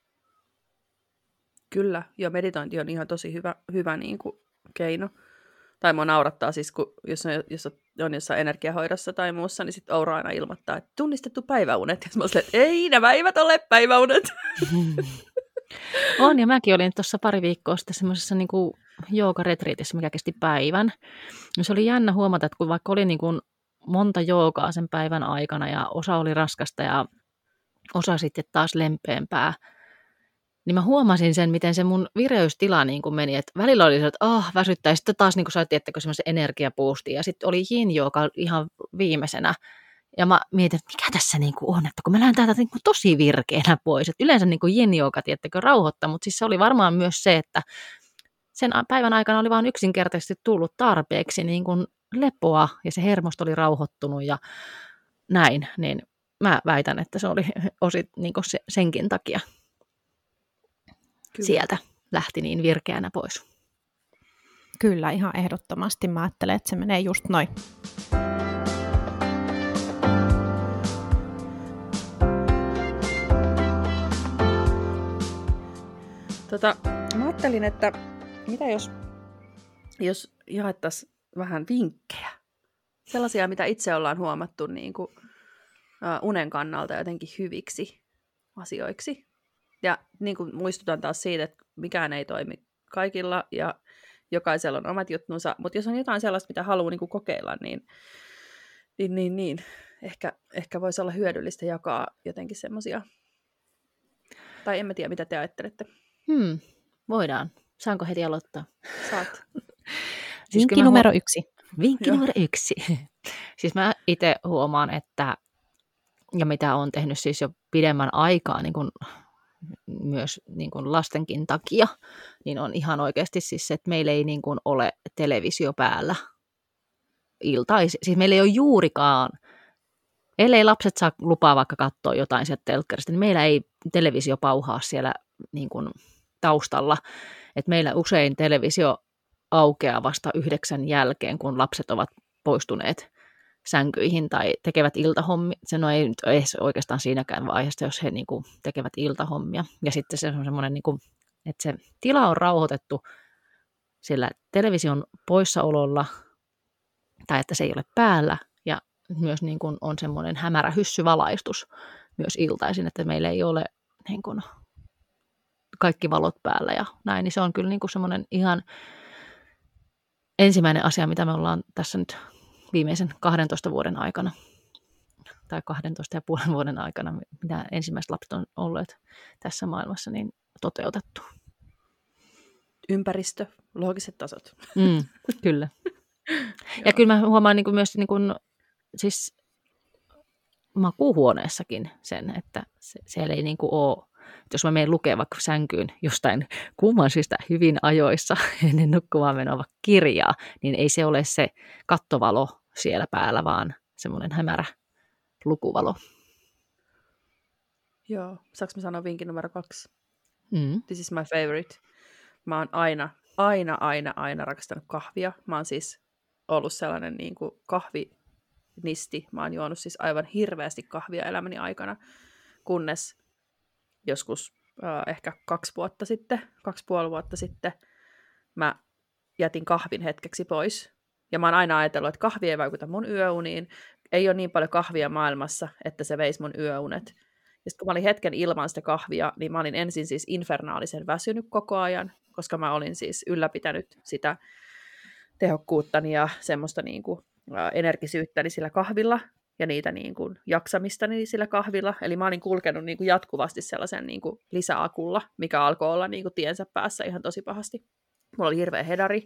Kyllä, ja meditointi on ihan tosi hyvä, hyvä niin kuin keino. Tai mua naurattaa siis, kun jos on, jos on jossain energiahoidossa tai muussa, niin sitten Oura aina ilmoittaa, että tunnistettu päiväunet. Ja mä olen, että ei, nämä eivät ole päiväunet. On, ja mäkin olin tuossa pari viikkoa sitten semmoisessa niin kuin joogaretriitissä, mikä kesti päivän. Ja se oli jännä huomata, että kun vaikka oli niin kuin monta joogaa sen päivän aikana, ja osa oli raskasta ja osa sitten taas lempeämpää, niin mä huomasin sen, miten se mun vireystila niin kuin meni, että välillä oli se, että ah, väsyttää, ja sitten taas niin kuin saatiin, että semmoisen energiaboostin, ja sitten oli yin joka ihan viimeisenä, ja mä mietin, että mikä tässä niin kuin on, että kun mä lähden täältä niin kuin tosi virkeänä pois, että yleensä niin kuin yin joka, tiettäkö, rauhoittaa, mutta siis se oli varmaan myös se, että sen päivän aikana oli vaan yksinkertaisesti tullut tarpeeksi niin kuin lepoa, ja se hermosto oli rauhoittunut, ja näin, niin mä väitän, että se oli osit niin kuin se, senkin takia. Kyllä. Sieltä lähti niin virkeänä pois. Kyllä, ihan ehdottomasti. Mä ajattelen, että se menee just noin. Tota, mä ajattelin, että mitä jos, jos jaettaisiin vähän vinkkejä. Sellaisia, mitä itse ollaan huomattu niin kuin, uh, unen kannalta jotenkin hyviksi asioiksi. Ja niin kuin muistutan taas siitä, että mikään ei toimi kaikilla ja jokaisella on omat juttunsa, mutta jos on jotain sellaista, mitä haluaa niin kuin kokeilla, niin, niin, niin, niin ehkä, ehkä voisi olla hyödyllistä jakaa jotenkin semmoisia. Tai en mä tiedä, mitä te ajattelette. Hmm, voidaan. Saanko heti aloittaa? Saat. Vinkki siis numero huom- yksi. Vinkki Joo. numero yksi. Siis mä itse huomaan, että ja mitä olen tehnyt siis jo pidemmän aikaa, niin kuin myös niin kuin lastenkin takia, niin on ihan oikeasti siis se, että meillä ei niin kuin ole televisio päällä iltaisin. Siis meillä ei ole juurikaan, ellei lapset saa lupaa vaikka katsoa jotain sieltä telkkarista, niin meillä ei televisio pauhaa siellä niin kuin taustalla. Et meillä usein televisio aukeaa vasta yhdeksän jälkeen, kun lapset ovat poistuneet sänkyihin tai tekevät iltahommia. Se no ei nyt ei oikeastaan siinäkään vaiheessa, jos he niin kuin tekevät iltahommia. Ja sitten se on semmoinen, niin kuin, että se tila on rauhoitettu sillä television poissaololla tai että se ei ole päällä. Ja myös niin kuin on semmoinen hämärä hyssyvalaistus myös iltaisin, että meillä ei ole niin kuin kaikki valot päällä ja näin. Niin se on kyllä niin kuin semmoinen ihan ensimmäinen asia, mitä me ollaan tässä nyt viimeisen kahdentoista vuoden aikana tai kahdentoista ja puolen vuoden aikana, mitä ensimmäiset lapset on olleet tässä maailmassa, niin toteutettu. Ympäristö, loogiset tasot. Mm, kyllä. Ja kyllä mä huomaan niin kuin myös niin kuin, siis makuuhuoneessakin sen, että se, siellä ei niin kuin ole, jos mä menen lukemaan vaikka sänkyyn jostain kumman syystä hyvin ajoissa ennen nukkumaan menoa kirjaa, niin ei se ole se kattovalo siellä päällä, vaan semmoinen hämärä lukuvalo. Joo, saanko mä sanoa vinkin numero kaksi? Mm. This is my favorite. Mä oon aina, aina, aina, aina rakastanut kahvia. Mä oon siis ollut sellainen niin kuin kahvinisti. Mä oon juonut siis aivan hirveästi kahvia elämäni aikana, kunnes joskus äh, ehkä kaksi vuotta sitten, kaksi puoli vuotta sitten, mä jätin kahvin hetkeksi pois. Ja mä oon aina ajatellut, että kahvi ei vaikuta mun yöuniin. Ei ole niin paljon kahvia maailmassa, että se veisi mun yöunet. Ja sitten kun mä olin hetken ilman sitä kahvia, niin mä olin ensin siis infernaalisen väsynyt koko ajan, koska mä olin siis ylläpitänyt sitä tehokkuuttani ja semmoista niin kuin, ä, energisyyttäni sillä kahvilla ja niitä niin kuin, jaksamistani sillä kahvilla. Eli mä olin kulkenut niin kuin, jatkuvasti sellaisen niin kuin, lisäakulla, mikä alkoi olla niin kuin, tiensä päässä ihan tosi pahasti. Mulla oli hirveä hedari.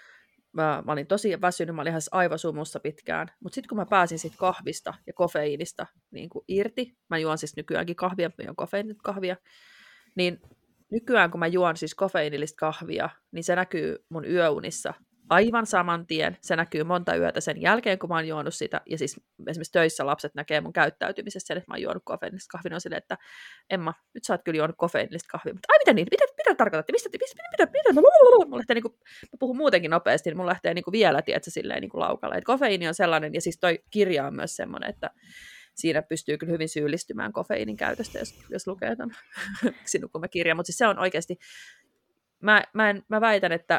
Mä, mä olin tosi väsynyt, mä olin ihan aivosumussa pitkään. Mutta sitten kun mä pääsin sit kahvista ja kofeiinista niin kuin irti, mä juon siis nykyäänkin kahvia, mä juon kofeiinit kahvia, niin nykyään kun mä juon siis kofeiinillista kahvia, niin se näkyy mun yöunissa aivan saman tien. Se näkyy monta yötä sen jälkeen, kun mä oon juonut sitä. Ja siis esimerkiksi töissä lapset näkee mun käyttäytymisessä sen, että mä oon juonut kofeiinillista kahvia. Ne on silleen, että Emma, nyt sä oot kyllä juonut kofeiinillista kahvia. Mutta ai, mitä niin? Mitä, mitä tarkoitatte? Mistä, mistä, mitä, mitä, mitä? Mulla lähtee niinku, mä puhun muutenkin nopeasti, niin mulla lähtee niinku vielä, tiedätkö, silleen niinku laukalla. Et kofeiini on sellainen, ja siis toi kirja on myös semmoinen, että siinä pystyy kyllä hyvin syyllistymään kofeiinin käytöstä, jos, jos lukee ton Sinukumme kirja. Mutta siis se on oikeasti, mä, mä, en, mä väitän, että,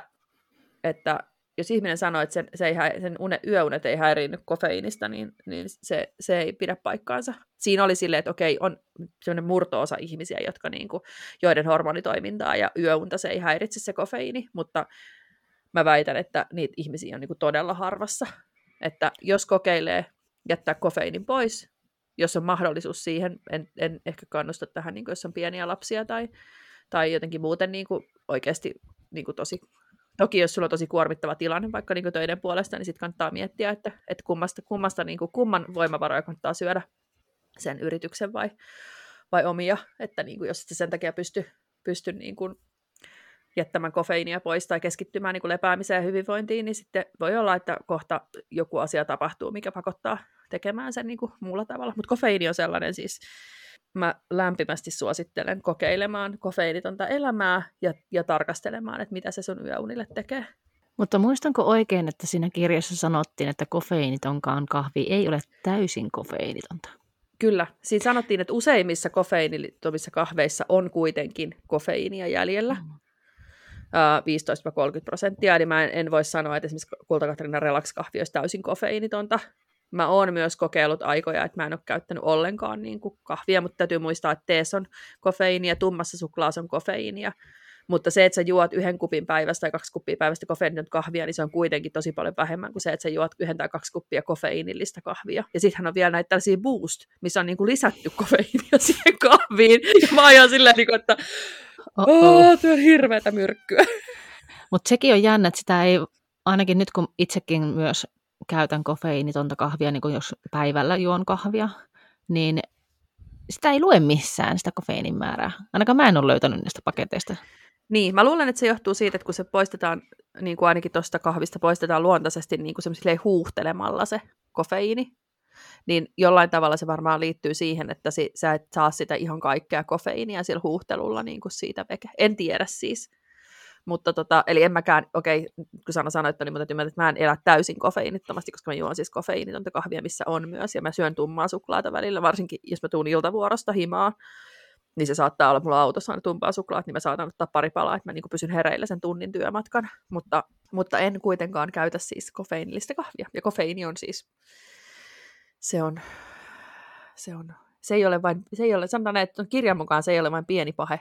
että jos ihminen sanoo, että sen, se ei, sen une, yöunet ei häiriinny kofeiinista, niin, niin se, se ei pidä paikkaansa. Siinä oli silleen, että okei, on sellainen murto-osa ihmisiä, jotka, niin kuin, joiden hormonitoimintaa ja yöunta se ei häiritse se kofeiini, mutta mä väitän, että niitä ihmisiä on niin kuin todella harvassa. Että jos kokeilee jättää kofeiinin pois, jos on mahdollisuus siihen, en, en ehkä kannusta tähän, niin kuin jos on pieniä lapsia tai, tai jotenkin muuten niin kuin oikeasti niin kuin tosi... Toki jos sulla on tosi kuormittava tilanne vaikka niin kuin töiden puolesta, niin sitten kannattaa miettiä, että, että kummasta, kummasta niin kuin, kumman voimavaroja kannattaa syödä, sen yrityksen vai, vai omia, että niin kuin, jos et sen takia pysty, pysty niin kuin, jättämään kofeiinia pois tai keskittymään niin kuin lepäämiseen ja hyvinvointiin, niin sitten voi olla, että kohta joku asia tapahtuu, mikä pakottaa tekemään sen niin kuin muulla tavalla. Mutta kofeiini on sellainen siis, mä lämpimästi suosittelen kokeilemaan kofeiinitonta elämää ja, ja tarkastelemaan, että mitä se sun yöunille tekee. Mutta muistanko oikein, että siinä kirjassa sanottiin, että kofeiinitonkaan kahvi ei ole täysin kofeiinitonta? Kyllä. Siinä sanottiin, että useimmissa kofeiinittomissa kahveissa on kuitenkin kofeiinia jäljellä. Mm. viisitoista kolmekymmentä prosenttia, eli mä en, en voi sanoa, että esimerkiksi Kulta-Katriinan Relax-kahvi olisi täysin kofeiinitonta. Mä oon myös kokeillut aikoja, että mä en ole käyttänyt ollenkaan niin kuin kahvia, mutta täytyy muistaa, että teessä on kofeiinia, tummassa suklaassa on kofeiinia. Mutta se, että sä juot yhden kupin päivästä tai kaksi kuppia päivästä kofeiinitonta kahvia, niin se on kuitenkin tosi paljon vähemmän kuin se, että sä juot yhden tai kaksi kuppia kofeiinillista kahvia. Ja sittenhän on vielä näitä tällaisia boost, missä on niin kuin lisätty kofeiinia siihen kahviin. Ja mä oon ihan silleen, että oh, tuo on hirveätä myrkkyä. Mutta sekin on jännä, että sitä ei, ainakin nyt kun itsekin myös käytän kofeiinitonta kahvia, niin kuin jos päivällä juon kahvia, niin sitä ei lue missään, sitä kofeiinin määrää. Ainakaan mä en ole löytänyt niistä paketeista. Niin, mä luulen, että se johtuu siitä, että kun se poistetaan, niin kuin ainakin tuosta kahvista poistetaan luontaisesti niin kuin semmoisille huuhtelemalla se kofeiini, niin jollain tavalla se varmaan liittyy siihen, että si, sä et saa sitä ihan kaikkea kofeiinia sillä huuhtelulla niin kuin siitä veke. En tiedä siis. Mutta tota, eli en mäkään, okei, kun Sanna sanoi, että, niin mä täytyy, että mä en elä täysin kofeiinittomasti, koska mä juon siis kofeiinitonta kahvia, missä on myös, ja mä syön tummaa suklaata välillä, varsinkin jos mä tuun iltavuorosta himaa, niin se saattaa olla mulla autossa aina tumpaa suklaat, niin mä saatan ottaa pari palaa, että mä niin kuin pysyn hereillä sen tunnin työmatkan, mutta, mutta en kuitenkaan käytä siis kofeiinillista kahvia, ja kofeiini on siis, se on, se on, se ei ole vain, se ei ole, sanotaan, että kirjan mukaan se ei ole vain pieni pahe.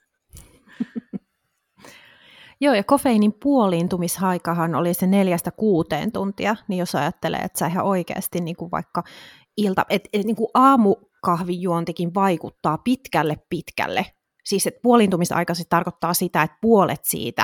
Joo, ja kofeiinin puoliintumishaikahan oli se neljästä kuuteen tuntia, niin jos ajattelee, että sä ihan oikeasti niin kuin vaikka ilta, että et, niin kuin aamukahvijuontikin vaikuttaa pitkälle pitkälle. Siis että puoliintumisaika se tarkoittaa sitä, että puolet siitä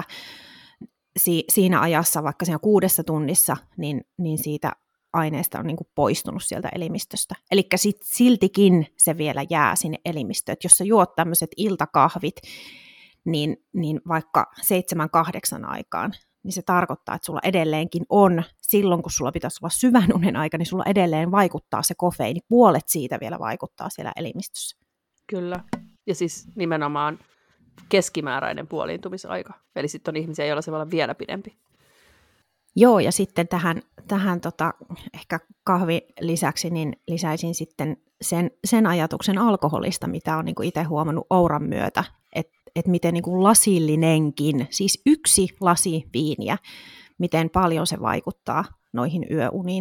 si, siinä ajassa, vaikka siinä kuudessa tunnissa, niin, niin siitä aineesta on niin kuin poistunut sieltä elimistöstä. Eli siltikin se vielä jää sinne elimistöön. Et jos sä juot tämmöiset iltakahvit, niin, niin vaikka seitsemän kahdeksan aikaan, niin se tarkoittaa, että sulla edelleenkin on, silloin kun sulla pitäisi olla syvän unen aika, niin sulla edelleen vaikuttaa se kofeiini. Puolet siitä vielä vaikuttaa siellä elimistössä. Kyllä. Ja siis nimenomaan keskimääräinen puoliintumisaika. Eli sitten on ihmisiä, joilla se voi olla vielä pidempi. Joo, ja sitten tähän, tähän tota, ehkä kahvin lisäksi niin lisäisin sitten sen, sen ajatuksen alkoholista, mitä on niin kuin itse huomannut Ouran myötä, että et miten niin kuin lasillinenkin, siis yksi lasi viiniä, miten paljon se vaikuttaa noihin yöuniin.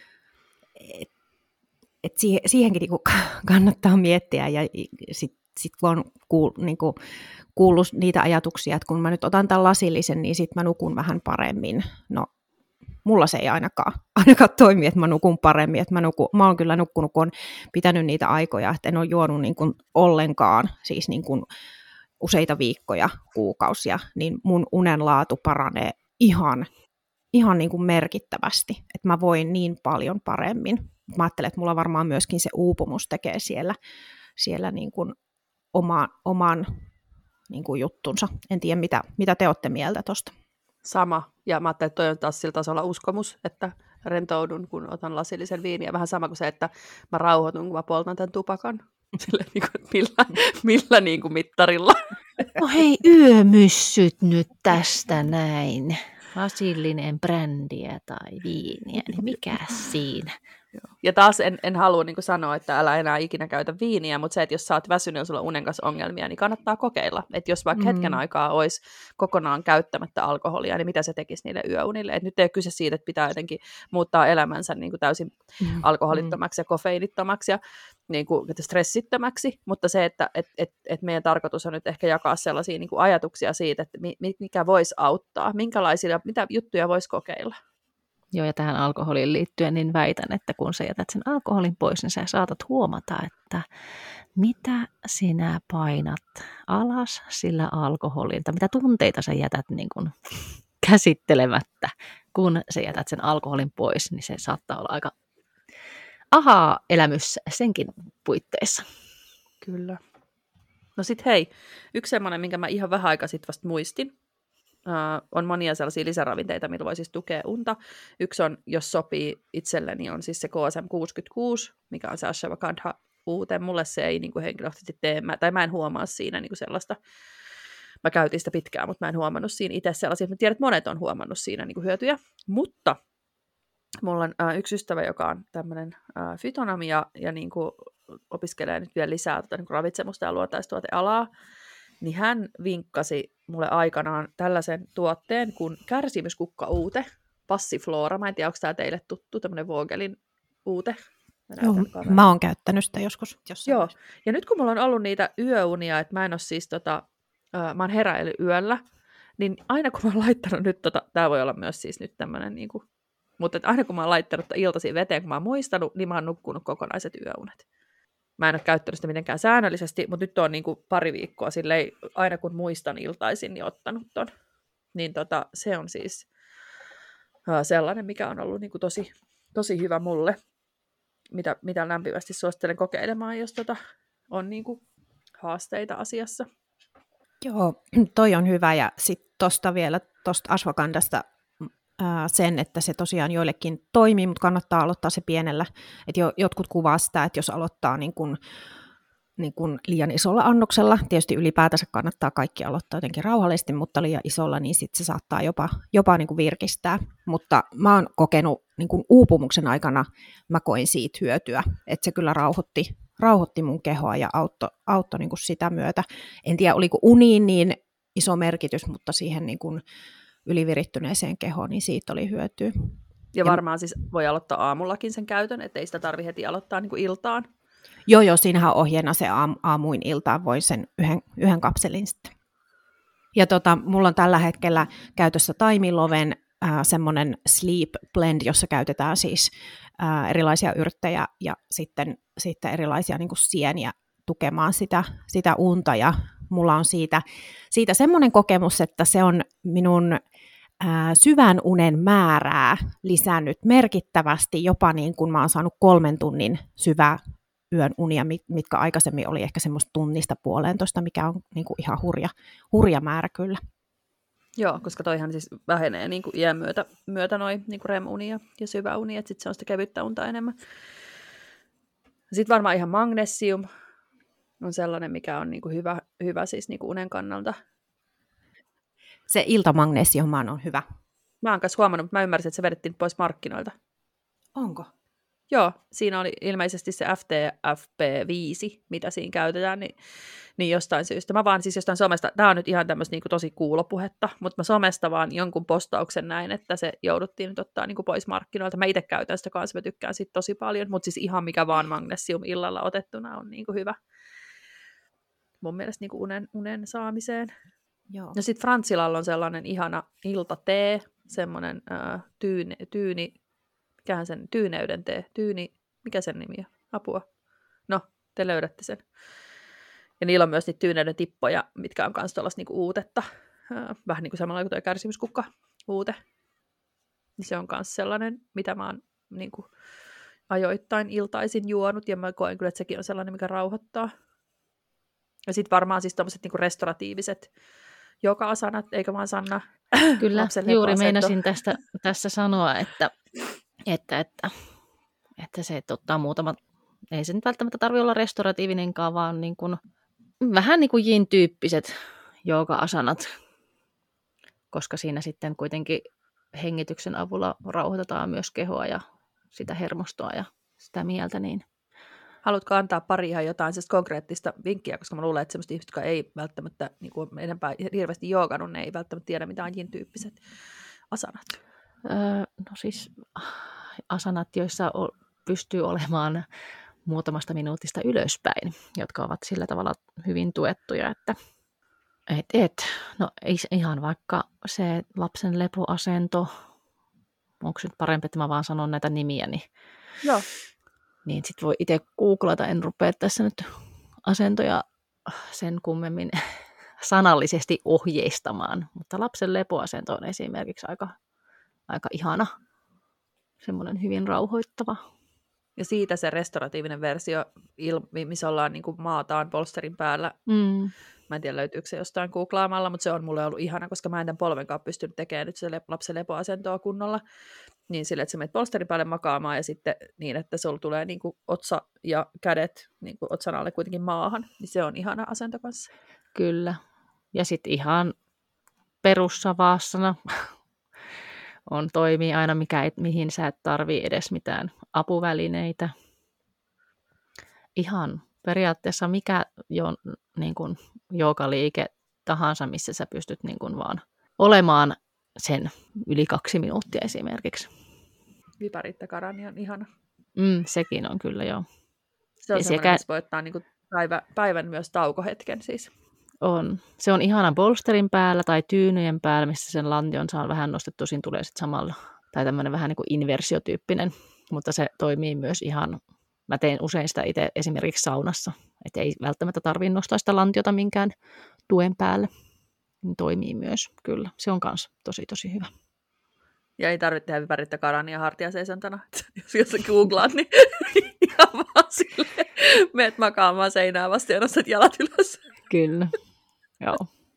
Et, et siihenkin niin kuin kannattaa miettiä, ja sitten sit kun on kuul, niin kuin kuullut niitä ajatuksia, että kun mä nyt otan tämän lasillisen, niin sitten mä nukun vähän paremmin. No, mulla se ei ainakaan, ainakaan toimi, että mä nukun paremmin. Että mä, nukun, mä oon kyllä nukkunut, kun on pitänyt niitä aikoja, että en ole juonut niin kuin ollenkaan, siis niin kuin useita viikkoja, kuukausia, niin mun unen laatu paranee ihan, ihan niin kuin merkittävästi. Että mä voin niin paljon paremmin. Mä ajattelen, että mulla varmaan myöskin se uupumus tekee siellä, siellä niin kuin oma, oman niin kuin juttunsa. En tiedä, mitä, mitä te olette mieltä tuosta. Sama. Ja mä ajattelin, että toi on taas sillä tasolla uskomus, että rentoudun, kun otan lasillisen viiniä. Vähän sama kuin se, että mä rauhoitun, kun mä poltan tämän tupakan. Sillä niin kuin, millä, millä niin kuin mittarilla. No hei, yömyssyt nyt tästä näin. Lasillinen brändiä tai viiniä, niin mikä siinä? Ja taas en, en halua niin kuin sanoa, että älä enää ikinä käytä viiniä, mutta se, että jos sä oot väsynyt ja sulla on unen kanssa ongelmia, niin kannattaa kokeilla. Että jos vaikka mm. hetken aikaa olisi kokonaan käyttämättä alkoholia, niin mitä se tekisi niille yöunille? Et nyt ei ole kyse siitä, että pitää jotenkin muuttaa elämänsä niin kuin täysin mm. alkoholittomaksi ja kofeiinittomaksi ja niin kuin, stressittömäksi, mutta se, että et, et, et meidän tarkoitus on nyt ehkä jakaa sellaisia niin kuin ajatuksia siitä, että mikä voisi auttaa, minkälaisia, mitä juttuja voisi kokeilla. Joo, ja tähän alkoholiin liittyen niin väitän, että kun sä jätät sen alkoholin pois, niin sä saatat huomata, että mitä sinä painat alas sillä alkoholilta, mitä tunteita sä jätät niin kuin käsittelemättä, kun sä jätät sen alkoholin pois, niin se saattaa olla aika ahaa-elämys senkin puitteissa. Kyllä. No sit hei, yksi semmoinen, minkä mä ihan vähän aikaa sitten vasta muistin, Uh, on monia sellaisia lisäravinteita, millä voi siis tukea unta. Yksi on, jos sopii itselleni, on siis se K S M kuusikymmentäkuusi, mikä on se ashwagandha uute. Mulle se ei niin kuin henkilökohtaisesti tee, mä, tai mä en huomaa siinä niin kuin sellaista. Mä käytin sitä pitkään, mutta mä en huomannut siinä itse sellaisia. Mä tiedän, että monet on huomannut siinä niin kuin hyötyjä. Mutta mulla on uh, yksi ystävä, joka on tämmöinen uh, fytonomi ja, ja niin kuin opiskelee nyt vielä lisää tota, niin kuin ravitsemusta ja luontaistuotealaa. Niin hän vinkkasi mulle aikanaan tällaisen tuotteen kuin kärsimyskukka-uute, Passiflora. Mä en tiedä, onko tämä teille tuttu, tämmöinen Vogelin uute. Joo, mä oon käyttänyt sitä joskus. Joo, ja nyt kun mulla on ollut niitä yöunia, että mä en ole siis, tota, äh, mä oon heräillyt yöllä, niin aina kun mä oon laittanut nyt, tota, tää voi olla myös siis nyt tämmöinen, niin kuin, mutta aina kun mä oon laittanut iltaisin veteen, kun mä oon muistanut, niin mä oon nukkunut kokonaiset yöunet. Mä en ole käyttänyt sitä mitenkään säännöllisesti, mutta nyt on niin kuin pari viikkoa silleen, aina kun muistan iltaisin, niin ottanut ton. Niin tota, se on siis uh, sellainen, mikä on ollut niin kuin tosi, tosi hyvä mulle, mitä, mitä lämpimästi suosittelen kokeilemaan, jos tota on niin kuin haasteita asiassa. Joo, toi on hyvä. Ja sitten tuosta vielä, tuosta ashwagandhasta sen, että se tosiaan joillekin toimii, mutta kannattaa aloittaa se pienellä. Et jo, jotkut kuvaa sitä, että jos aloittaa niin kun, niin kun liian isolla annoksella, tietysti ylipäätänsä kannattaa kaikki aloittaa jotenkin rauhallisesti, mutta liian isolla, niin sit se saattaa jopa, jopa niin kun virkistää. Mutta mä oon kokenut niin kun uupumuksen aikana, mä koin siitä hyötyä, että se kyllä rauhoitti, rauhoitti mun kehoa ja auttoi, auttoi niin kun sitä myötä. En tiedä, oliko uniin niin iso merkitys, mutta siihen niin kun ylivirittyneeseen kehoon, niin siitä oli hyötyä. Ja varmaan siis voi aloittaa aamullakin sen käytön, ettei sitä tarvitse heti aloittaa niin kuin iltaan. Joo, joo, siinähän on ohjeena se aam, aamuin iltaan, voi sen yhden, yhden kapselin sitten. Ja tota, mulla on tällä hetkellä käytössä Taimiloven äh, semmoinen sleep blend, jossa käytetään siis äh, erilaisia yrttejä ja sitten, sitten erilaisia niin kuin sieniä tukemaan sitä, sitä unta. Ja mulla on siitä, siitä semmoinen kokemus, että se on minun ää, syvän unen määrää lisännyt merkittävästi, jopa niin kuin mä oon saanut kolmen tunnin syvää yön unia, mitkä aikaisemmin oli ehkä semmoista tunnista puolentoista, mikä on niin kuin ihan hurja, hurja määrä kyllä. Joo, koska toihan siis vähenee niin kuin iän myötä, myötä noin niin R E M-unia ja syvä uni, että sitten se on sitä kevyttä unta enemmän. Sitten varmaan ihan magnesium on sellainen, mikä on niin kuin hyvä, hyvä siis niin kuin unen kannalta. Se iltamagnesiumaan on hyvä. Mä oon kanssa huomannut, mutta mä ymmärsin, että se vedettiin pois markkinoilta. Onko? Joo, siinä oli ilmeisesti se F T F P viisi, mitä siinä käytetään, niin, niin jostain syystä. Mä vaan siis jostain somesta, tää on nyt ihan tämmöistä niin kuin tosi kuulopuhetta, mutta mä somesta vaan jonkun postauksen näin, että se jouduttiin nyt ottaa niin kuin pois markkinoilta. Mä itse käytän sitä kanssa, mä tykkään siitä tosi paljon, mutta siis ihan mikä vaan magnesium illalla otettuna on niin kuin hyvä. Mun mielestä niin kuin unen, unen saamiseen. Joo. No sitten Frantsilalla on sellainen ihana iltatee, semmoinen äh, tyyni, tyyni, mikähän sen, tyyneyden tee, tyyni, mikä sen nimi on? Apua. No, te löydätte sen. Ja niillä on myös niitä tyyneyden tippoja, mitkä on myös tuollaista niinku uutetta, äh, vähän niin kuin samalla kuin tuo kärsimyskukka uute. Niin se on myös sellainen, mitä mä oon niinku ajoittain iltaisin juonut, ja mä koen kyllä, että sekin on sellainen, mikä rauhoittaa. Ja sitten varmaan siis tommoset niinku restoratiiviset joka-asanat, eikä vaan Sanna? Kyllä, juuri meinasin tästä, tässä sanoa, että, että, että, että se, että ottaa muutamat, ei se nyt välttämättä tarvitse olla restoratiivinenkaan, vaan niin kuin, vähän niin kuin yin-tyyppiset jooga-asanat, koska siinä sitten kuitenkin hengityksen avulla rauhoitetaan myös kehoa ja sitä hermostoa ja sitä mieltä, niin haluatko antaa pari ihan jotain konkreettista vinkkiä, koska mä luulen, että sellaiset ihmiset, jotka ei välttämättä niin kuin enempää hirveästi joogannut, ne ei välttämättä tiedä, mitä on yin-tyyppiset asanat. Öö, no siis asanat, joissa pystyy olemaan muutamasta minuutista ylöspäin, jotka ovat sillä tavalla hyvin tuettuja, että et, et. No ihan vaikka se lapsen lepoasento, onko nyt parempi, että mä vaan sanon näitä nimiä, niin joo. Niin sitten voi itse googlata, en rupea tässä nyt asentoja sen kummemmin sanallisesti ohjeistamaan. Mutta lapsen lepoasento on esimerkiksi aika, aika ihana, semmoinen hyvin rauhoittava. Ja siitä se restoratiivinen versio, missä ollaan niin kuin maataan polsterin päällä. Mm. Mä en tiedä, löytyykö se jostain googlaamalla, mutta se on mulle ollut ihana, koska mä en tämän polvenkaan pystynyt tekemään nyt se lapsen lepoasentoa kunnolla. Niin sille, että sä menet polsterin päälle makaamaan ja sitten niin, että sulla tulee niin kuin otsa ja kädet niin kuin otsan alle kuitenkin maahan. Niin se on ihana asento kanssa. Kyllä. Ja sitten ihan perussavassana on toimii aina, mikä et, mihin sä et tarvii edes mitään apuvälineitä. Ihan periaatteessa mikä jo, niin kuin joogaliike tahansa, missä sä pystyt niin kuin vaan olemaan sen yli kaksi minuuttia esimerkiksi. Viparitta Karani on ihana. Mm, sekin on kyllä, joo. Se on ja semmoinen, missä voi ottaa niin kuin päivä, päivän myös taukohetken siis. On. Se on ihana bolsterin päällä tai tyynyjen päällä, missä sen lantion saa vähän nostettua, siinä tulee sitten samalla. Tai tämmöinen vähän niin kuin inversiotyyppinen, mutta se toimii myös ihan, mä teen usein sitä itse esimerkiksi saunassa, että ei välttämättä tarvitse nostaa sitä lantiota minkään tuen päälle. Niin toimii myös, kyllä. Se on myös tosi tosi hyvä. Ja ei tarvitse tehdä Viparitta Karania hartiaseisontana. Jos sä googlaat, niin ihan vaan silleen, meet makaamaan seinää vasta ja nostat jalat ylös. Kyllä, joo.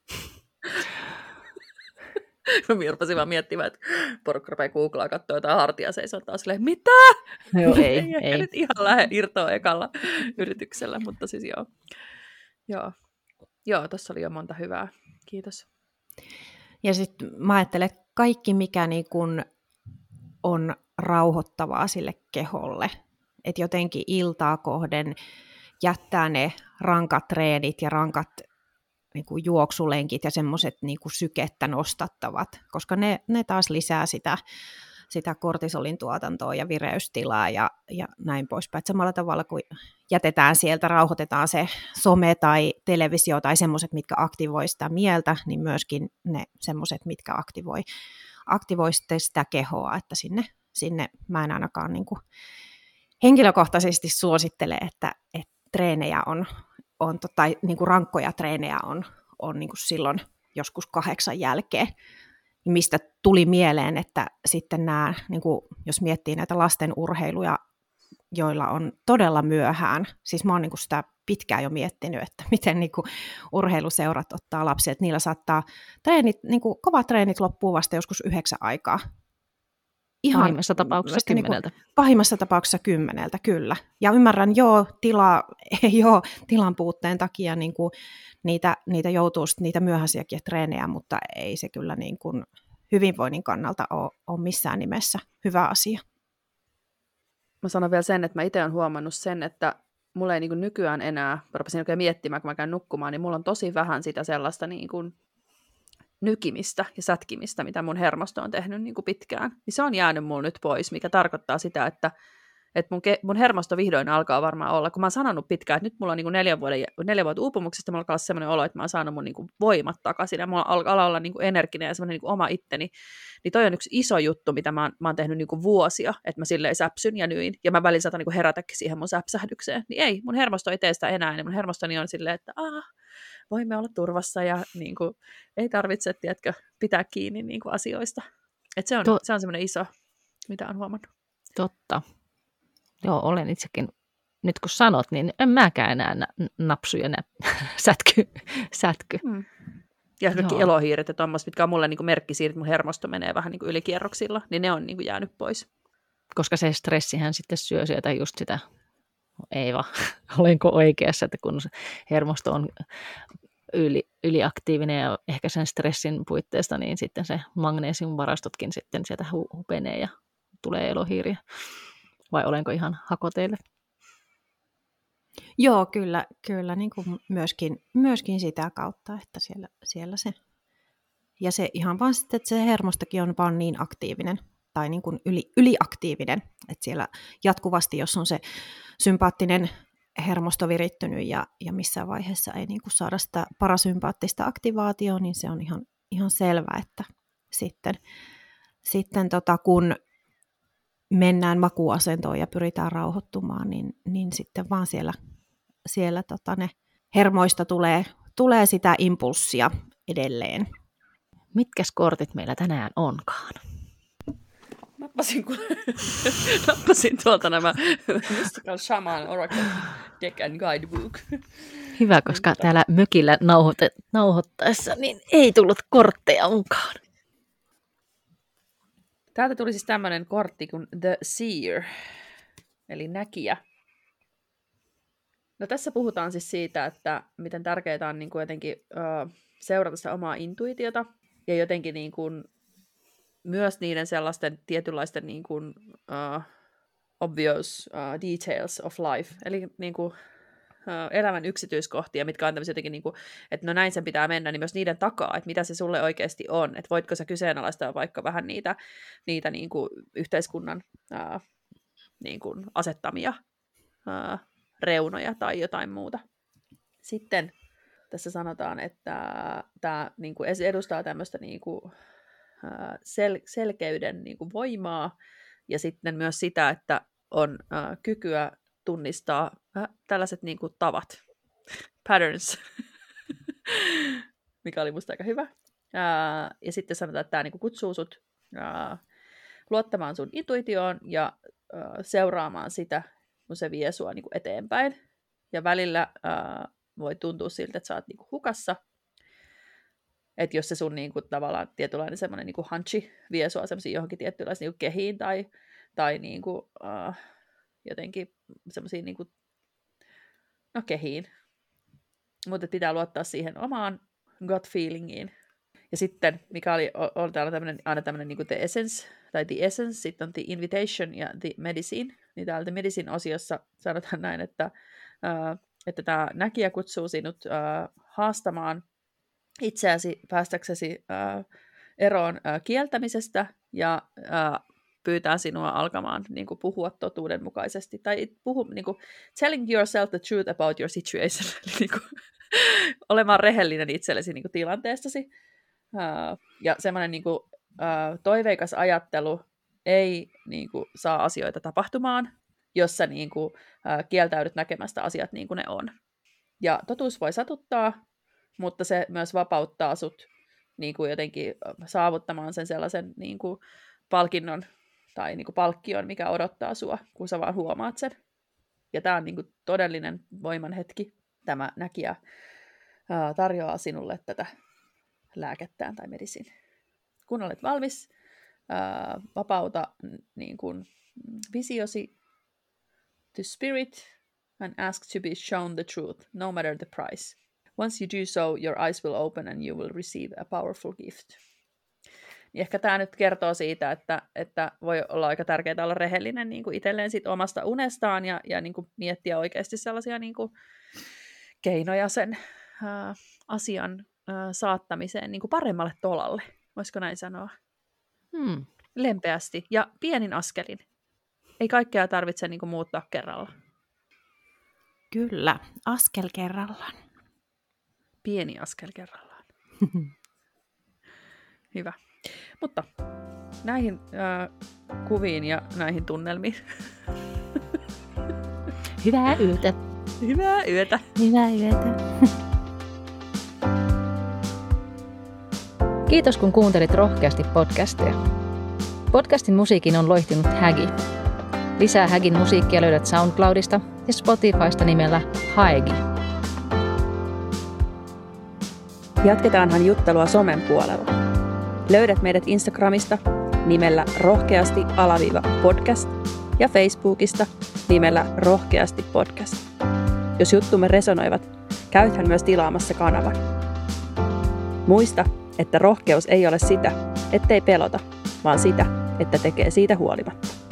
Mä rupesin vaan miettimään, että porukka rupeaa googlaa katsoa jotain hartiaseisontaa silleen, mitä? Joo, ei, ei. ei. Nyt ihan lähde irtoa ekalla yrityksellä, mutta siis joo. Joo, joo tuossa oli jo monta hyvää. Kiitos. Ja sitten mä ajattelen, kaikki mikä niin kun on rauhoittavaa sille keholle. Että jotenkin iltaa kohden jättää ne rankat treenit ja rankat niin kuin juoksulenkit ja semmoiset niin kuin sykettä nostattavat, koska ne, ne taas lisää sitä, sitä kortisolin tuotantoa ja vireystilaa ja, ja näin poispäin. Et samalla tavalla kuin jätetään sieltä, rauhoitetaan se some tai televisio tai semmoiset, mitkä aktivoi sitä mieltä, niin myöskin ne semmoiset, mitkä aktivoi, aktivoi sitten sitä kehoa, että sinne, sinne mä en ainakaan niin kuin henkilökohtaisesti suosittele, että, että treenejä on, on tai niin kuin rankkoja treenejä on, on niin kuin silloin joskus kahdeksan jälkeen, mistä tuli mieleen, että sitten nämä, niin kuin, jos miettii näitä lasten urheiluja, joilla on todella myöhään, siis mä oon niin kuin sitä pitkään jo miettinyt, että miten niin kuin urheiluseurat ottaa lapsia, että niillä saattaa treenit, niin kuin kovat treenit loppuu vasta joskus yhdeksän aikaa. Ihan pahimmassa tapauksessa kymmeneltä. Niin kuin, pahimmassa tapauksessa kymmeneltä, kyllä. Ja ymmärrän, joo, tila, joo tilan puutteen takia niin kuin niitä, niitä joutuu niitä myöhäisiäkin treenejä, mutta ei se kyllä niin kuin hyvinvoinnin kannalta ole, ole missään nimessä hyvä asia. Mä sanon vielä sen, että mä itse olen huomannut sen, että mulla ei niin kuin nykyään enää, mä rupesin oikein miettimään, kun mä käyn nukkumaan, niin mulla on tosi vähän sitä sellaista niin kuin nykimistä ja sätkimistä, mitä mun hermosto on tehnyt niin kuin pitkään. Niin se on jäänyt mulla nyt pois, mikä tarkoittaa sitä, että, että mun, ke, mun hermosto vihdoin alkaa varmaan olla, kun mä oon sanonut pitkään, että nyt mulla on niin kuin neljän, vuoden, neljän vuoden uupumuksesta, mulla alkaa olla sellainen olo, että mä oon saanut mun niin kuin voimat takaisin, ja mulla alkaa olla niin kuin energinen ja sellainen niin kuin oma itteni. Niin toi on yksi iso juttu, mitä mä oon, mä oon tehnyt niin kuin vuosia, että mä silleen säpsyn ja nyin, ja mä välillä saatan niin kuin herätäkin siihen mun säpsähdykseen. Niin ei, mun hermosto ei tee sitä enää, niin mun hermostoni on silleen, että aah, voimme olla turvassa, ja niin kuin, ei tarvitse, tiedätkö, pitää kiinni niin kuin asioista. Et se on, to- se on semmoinen iso, mitä on huomannut. Totta. Joo, olen itsekin, nyt kun sanot, niin en mäkään enää nä- napsu ja nä- sätky. sätky. Hmm. Ja kaikki elohiiret ja tommoista, mitkä on mulle niin kuin merkki siitä, että mun hermosto menee vähän niin kuin ylikierroksilla, niin ne on niin kuin jäänyt pois. Koska se stressihän sitten syö sieltä just sitä, ei vaan, olenko oikeassa, että kun hermosto on yli, yliaktiivinen ja ehkä sen stressin puitteista, niin sitten se magneesiumvarastotkin sitten sieltä hu- hupenee ja tulee elohiiriä. Vai olenko ihan hakoteille? Joo, kyllä, kyllä niin kuin myöskin, myöskin sitä kautta, että siellä, siellä se, ja se ihan vaan sitten, että se hermostokin on vaan niin aktiivinen, tai niin kuin yli, yliaktiivinen, että siellä jatkuvasti, jos on se sympaattinen hermosto virittynyt ja, ja missään vaiheessa ei niin kuin saada sitä parasympaattista aktivaatiota, niin se on ihan, ihan selvä, että sitten, sitten tota, kun mennään makuasentoon ja pyritään rauhoittumaan, niin, niin sitten vaan siellä, siellä tota ne hermoista tulee, tulee sitä impulssia edelleen. Mitkäs kortit meillä tänään onkaan? Nappasin, kun... Nappasin tuolta nämä Mystical Shaman Oracle Deck and Guidebook. Hyvä, koska täällä mökillä nauhoit- nauhoittaessa niin ei tullut kortteja onkaan. Täältä tuli siis tämmöinen kortti kuin The Seer, eli näkijä. No tässä puhutaan siis siitä, että miten tärkeää on niin kuin jotenkin uh, seurata sitä omaa intuitiota ja jotenkin niin kuin myös niiden sellaisten tietynlaisten niin kuin, uh, obvious uh, details of life, eli niin kuin, uh, elämän yksityiskohtia, mitkä on tämmöisiä jotenkin, niin kuin, että no näin sen pitää mennä, niin myös niiden takaa, että mitä se sulle oikeasti on, että voitko sä kyseenalaistaa vaikka vähän niitä, niitä niin kuin yhteiskunnan uh, niin kuin asettamia uh, reunoja tai jotain muuta. Sitten tässä sanotaan, että tämä niin kuin edustaa tämmöistä niin kuin, sel- selkeyden niin kuin voimaa ja sitten myös sitä, että on äh, kykyä tunnistaa äh, tällaiset niin kuin tavat, patterns, mikä oli musta aika hyvä. Äh, ja sitten sanotaan, että tämä niin kuin kutsuu sut äh, luottamaan sun intuitioon ja äh, seuraamaan sitä, kun se vie sua niin kuin eteenpäin. Ja välillä äh, voi tuntua siltä, että sä oot niin kuin hukassa. Että jos se sun niin kuin, tavallaan tietynlainen semmoinen niin kuin hunchi vie sua semmoisiin johonkin tietynlaisiin niin kehiin tai, tai niin kuin, uh, jotenkin semmoisiin niin kuin, no kehiin. Mutta pitää luottaa siihen omaan gut feelingiin. Ja sitten, mikä oli, oli täällä tämmönen, aina tämmöinen niin kuin the essence, tai the essence, sitten on the invitation ja the medicine. Niin täällä the medicine-osiossa sanotaan näin, että, uh, että tämä näkijä kutsuu sinut uh, haastamaan itseäsi päästäksesi äh, eroon äh, kieltämisestä ja äh, pyytää sinua alkamaan niin kuin, puhua totuudenmukaisesti. Tai puhu, niin kuin, telling yourself the truth about your situation. Eli niin kuin, olemaan rehellinen itsellesi niin kuin, tilanteestasi. Äh, ja semmoinen niin kuin, ö, toiveikas ajattelu ei niin kuin, saa asioita tapahtumaan, jos sä niin kuin, ö, kieltäydyt näkemästä asiat niin kuin ne on. Ja totuus voi satuttaa, mutta se myös vapauttaa sut niin kuin jotenkin saavuttamaan sen sellaisen niin kuin palkinnon tai niin kuin palkkion, mikä odottaa sua, kun sä vaan huomaat sen. Ja tämä on niin kuin todellinen voiman hetki. Tämä näkijä ää, tarjoaa sinulle tätä lääkettään tai medisiin. Kun olet valmis, ää, vapauta niin kuin visiosi to spirit and ask to be shown the truth, no matter the price. Once you do so, your eyes will open and you will receive a powerful gift. Ehkä tämä nyt kertoo siitä, että, että voi olla aika tärkeää olla rehellinen niin kuin itselleen sit omasta unestaan ja, ja niin kuin miettiä oikeasti sellaisia niin kuin keinoja sen ää, asian ää, saattamiseen niin kuin paremmalle tolalle. Voisiko näin sanoa? Hmm. Lempeästi ja pienin askelin. Ei kaikkea tarvitse niin kuin muuttaa kerralla. Kyllä, askel kerrallaan. Pieni askel kerrallaan. Hyvä. Mutta näihin äh, kuviin ja näihin tunnelmiin. Hyvää yötä. Hyvää yötä. Hyvää yötä. Kiitos kun kuuntelit rohkeasti podcastia. Podcastin musiikin on loihtinut Hägi. Lisää Hägin musiikkia löydät SoundCloudista ja Spotifysta nimellä Haegi. Jatketaanhan juttelua somen puolella. Löydät meidät Instagramista nimellä rohkeasti alaviiva podcast ja Facebookista nimellä rohkeasti podcast. Jos juttumme resonoivat, käythän myös tilaamassa kanavan. Muista, että rohkeus ei ole sitä, ettei pelota, vaan sitä, että tekee siitä huolimatta.